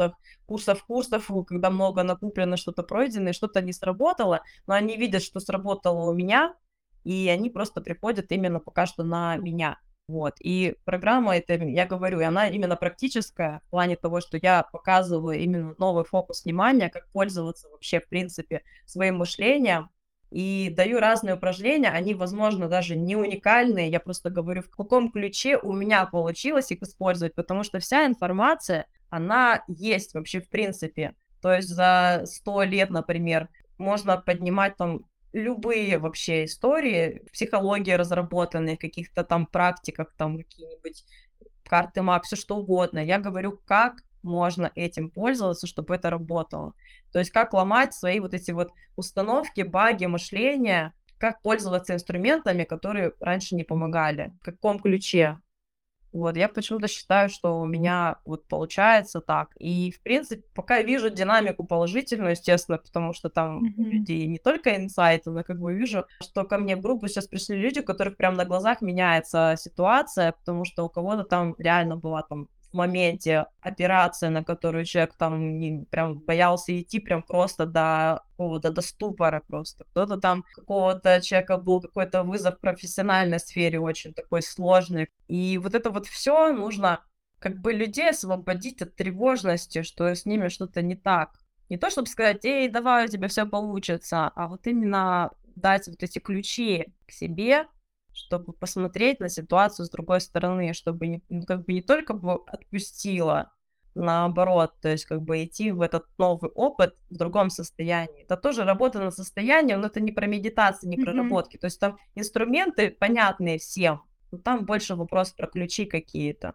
курсов, когда много накуплено, что-то пройдено, и что-то не сработало, но они видят, что сработало у меня, и они просто приходят именно пока что на меня. Вот, и программа, это, я говорю, и она именно практическая в плане того, что я показываю именно новый фокус внимания, как пользоваться вообще, в принципе, своим мышлением, и даю разные упражнения, они, возможно, даже не уникальные, я просто говорю, в каком ключе у меня получилось их использовать, потому что вся информация, она есть вообще в принципе. То есть за 100 лет, например, можно поднимать там любые вообще истории, психологии разработанные, в каких-то там практиках, там какие-нибудь карты маг, все что угодно. Я говорю, как можно этим пользоваться, чтобы это работало. То есть как ломать свои вот эти вот установки, баги, мышления, как пользоваться инструментами, которые раньше не помогали, в каком ключе. Вот, я почему-то считаю, что у меня вот получается так. И, в принципе, пока вижу динамику положительную, естественно, потому что там у Мгм. людей не только инсайты, но как бы вижу, что ко мне в группу сейчас пришли люди, у которых прям на глазах меняется ситуация, потому что у кого-то там реально была там в моменте операция, на которую человек там прям боялся идти прям просто до какого-то до ступора просто. Кто-то там какого-то человека был какой-то вызов в профессиональной сфере очень такой сложный. И вот это вот все нужно как бы людей освободить от тревожности, что с ними что-то не так. Не то, чтобы сказать, эй, давай, у тебя все получится, а вот именно дать вот эти ключи к себе, чтобы посмотреть на ситуацию с другой стороны, чтобы как бы не только бы отпустила, наоборот, то есть как бы идти в этот новый опыт в другом состоянии. Это тоже работа над состоянием, но это не про медитации, не про Мгм. работки. То есть там инструменты понятные всем, но там больше вопрос про ключи какие-то.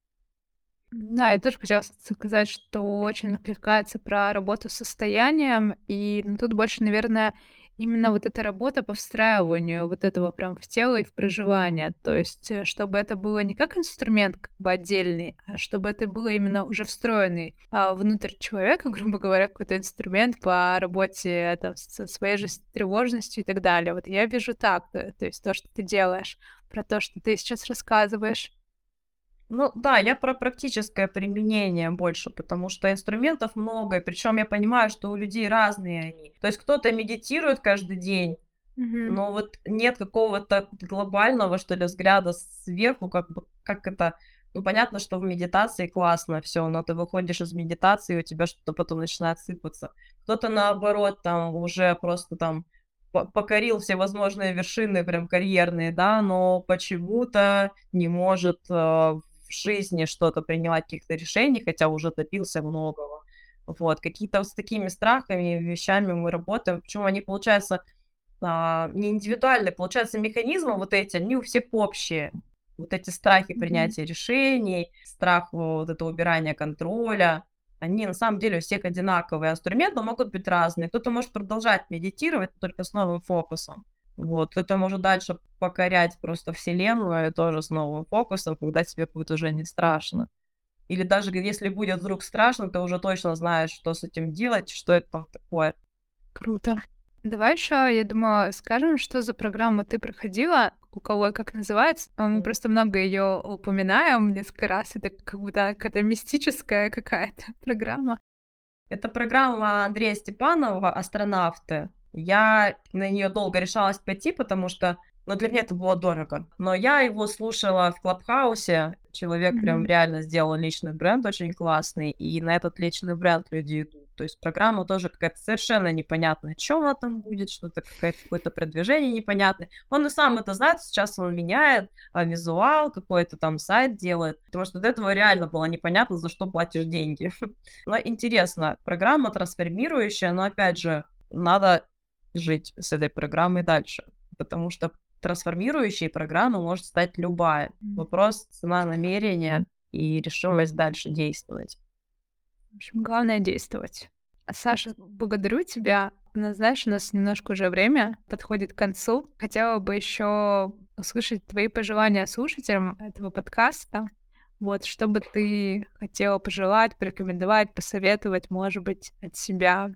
Да, я тоже хотела сказать, что очень откликается про работу с состоянием, и тут больше, наверное, именно вот эта работа по встраиванию вот этого прям в тело и в проживание. То есть, чтобы это было не как инструмент как бы отдельный, а чтобы это было именно уже встроенный внутрь человека, грубо говоря, какой-то инструмент по работе там, со своей же тревожностью и так далее. Вот я вижу так, то есть то, что ты делаешь, про то, что ты сейчас рассказываешь. Ну да, я про практическое применение больше, потому что инструментов много, и причем я понимаю, что у людей разные они. То есть кто-то медитирует каждый день, Мгм. но вот нет какого-то глобального, что ли, взгляда сверху, как бы, как это... Ну, понятно, что в медитации классно все, но ты выходишь из медитации, и у тебя что-то потом начинает сыпаться. Кто-то, наоборот, там уже просто там покорил все возможные вершины, прям карьерные, да, но почему-то не может в жизни что-то принимать каких-то решений, хотя уже добился многого. Вот, какие-то вот с такими страхами, вещами мы работаем. Почему они, получается, не индивидуальные, получается, механизмы вот эти, они у всех общие. Вот эти страхи Мгм. принятия решений, страх вот это убирания контроля, они на самом деле у всех одинаковые. Инструменты могут быть разные. Кто-то может продолжать медитировать только с новым фокусом. Вот, кто-то может дальше покорять просто вселенную тоже с новым фокусом, когда тебе будет уже не страшно. Или даже если будет вдруг страшно, ты уже точно знаешь, что с этим делать, что это там такое. Круто. Давай еще, я думаю, скажем, что за программу ты проходила, у кого и как называется. Мы просто много ее упоминаем несколько раз. Это как будто какая-то мистическая какая-то программа. Это программа Андрея Степанова "Астронавты". Я на нее долго решалась пойти, потому что, ну, для меня это было дорого. Но я его слушала в "Клабхаусе". Человек прям Мгм. реально сделал личный бренд очень классный, и на этот личный бренд люди идут. То есть программа тоже какая-то совершенно непонятная, чё она там будет, что-то какое-то продвижение непонятное. Он и сам это знает, сейчас он меняет, визуал, какой-то там сайт делает, потому что до этого реально было непонятно, за что платишь деньги. Но интересно, программа трансформирующая, но опять же, надо жить с этой программой дальше, потому что трансформирующей программой может стать любая. М. Вопрос цена намерения и решимость дальше действовать. В общем, главное действовать. Саша, благодарю тебя. Знаешь, у нас немножко уже время подходит к концу. Хотела бы еще услышать твои пожелания слушателям этого подкаста. Вот, что бы ты хотела пожелать, порекомендовать, посоветовать, может быть, от себя.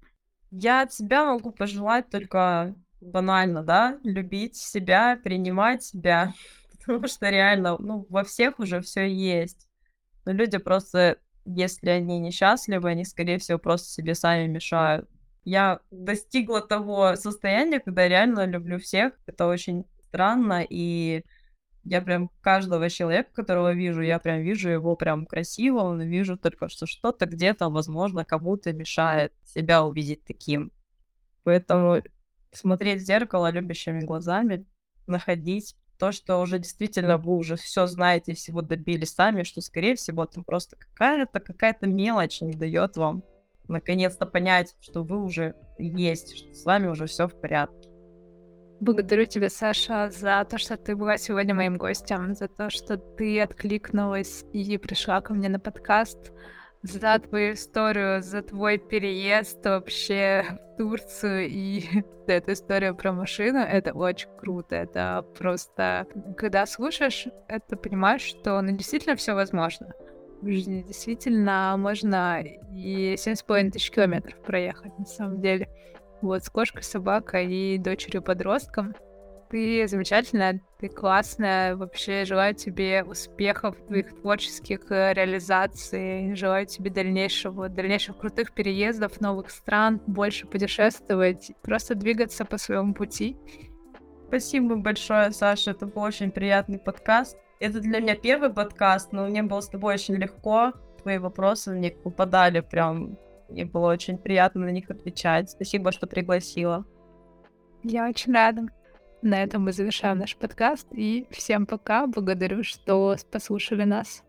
Я от себя могу пожелать только банально, да, любить себя, принимать себя, потому что реально, ну, во всех уже все есть. Но люди просто, если они несчастливы, они, скорее всего, просто себе сами мешают. Я достигла того состояния, когда реально люблю всех. Это очень странно, и я прям каждого человека, которого вижу, я прям вижу его прям красивым, вижу только, что что-то где-то, возможно, кому-то мешает себя увидеть таким. Поэтому смотреть в зеркало любящими глазами, находить то, что уже действительно вы уже все знаете, всего добились сами, что, скорее всего, там просто какая-то мелочь не дает вам наконец-то понять, что вы уже есть, что с вами уже все в порядке. Благодарю тебя, Саша, за то, что ты была сегодня моим гостем, за то, что ты откликнулась и пришла ко мне на подкаст. за твою историю, за твой переезд вообще в Турцию и эту историю про машину. Это очень круто. Это просто, когда слушаешь, это понимаешь, что действительно все возможно. В жизни действительно можно и 7,5 тысяч километров проехать, на самом деле. Вот, с кошкой, собакой и дочерью-подростком. Ты замечательная, ты классная. Вообще желаю тебе успехов в твоих творческих реализаций. Желаю тебе дальнейших крутых переездов, новых стран, больше путешествовать, просто двигаться по своему пути. Спасибо большое, Саша. Это был очень приятный подкаст. Это для меня первый подкаст, но мне было с тобой очень легко. Твои вопросы мне попадали прям. Мне было очень приятно на них отвечать. Спасибо, что пригласила. Я очень рада. На этом мы завершаем наш подкаст. И всем пока. Благодарю, что послушали нас.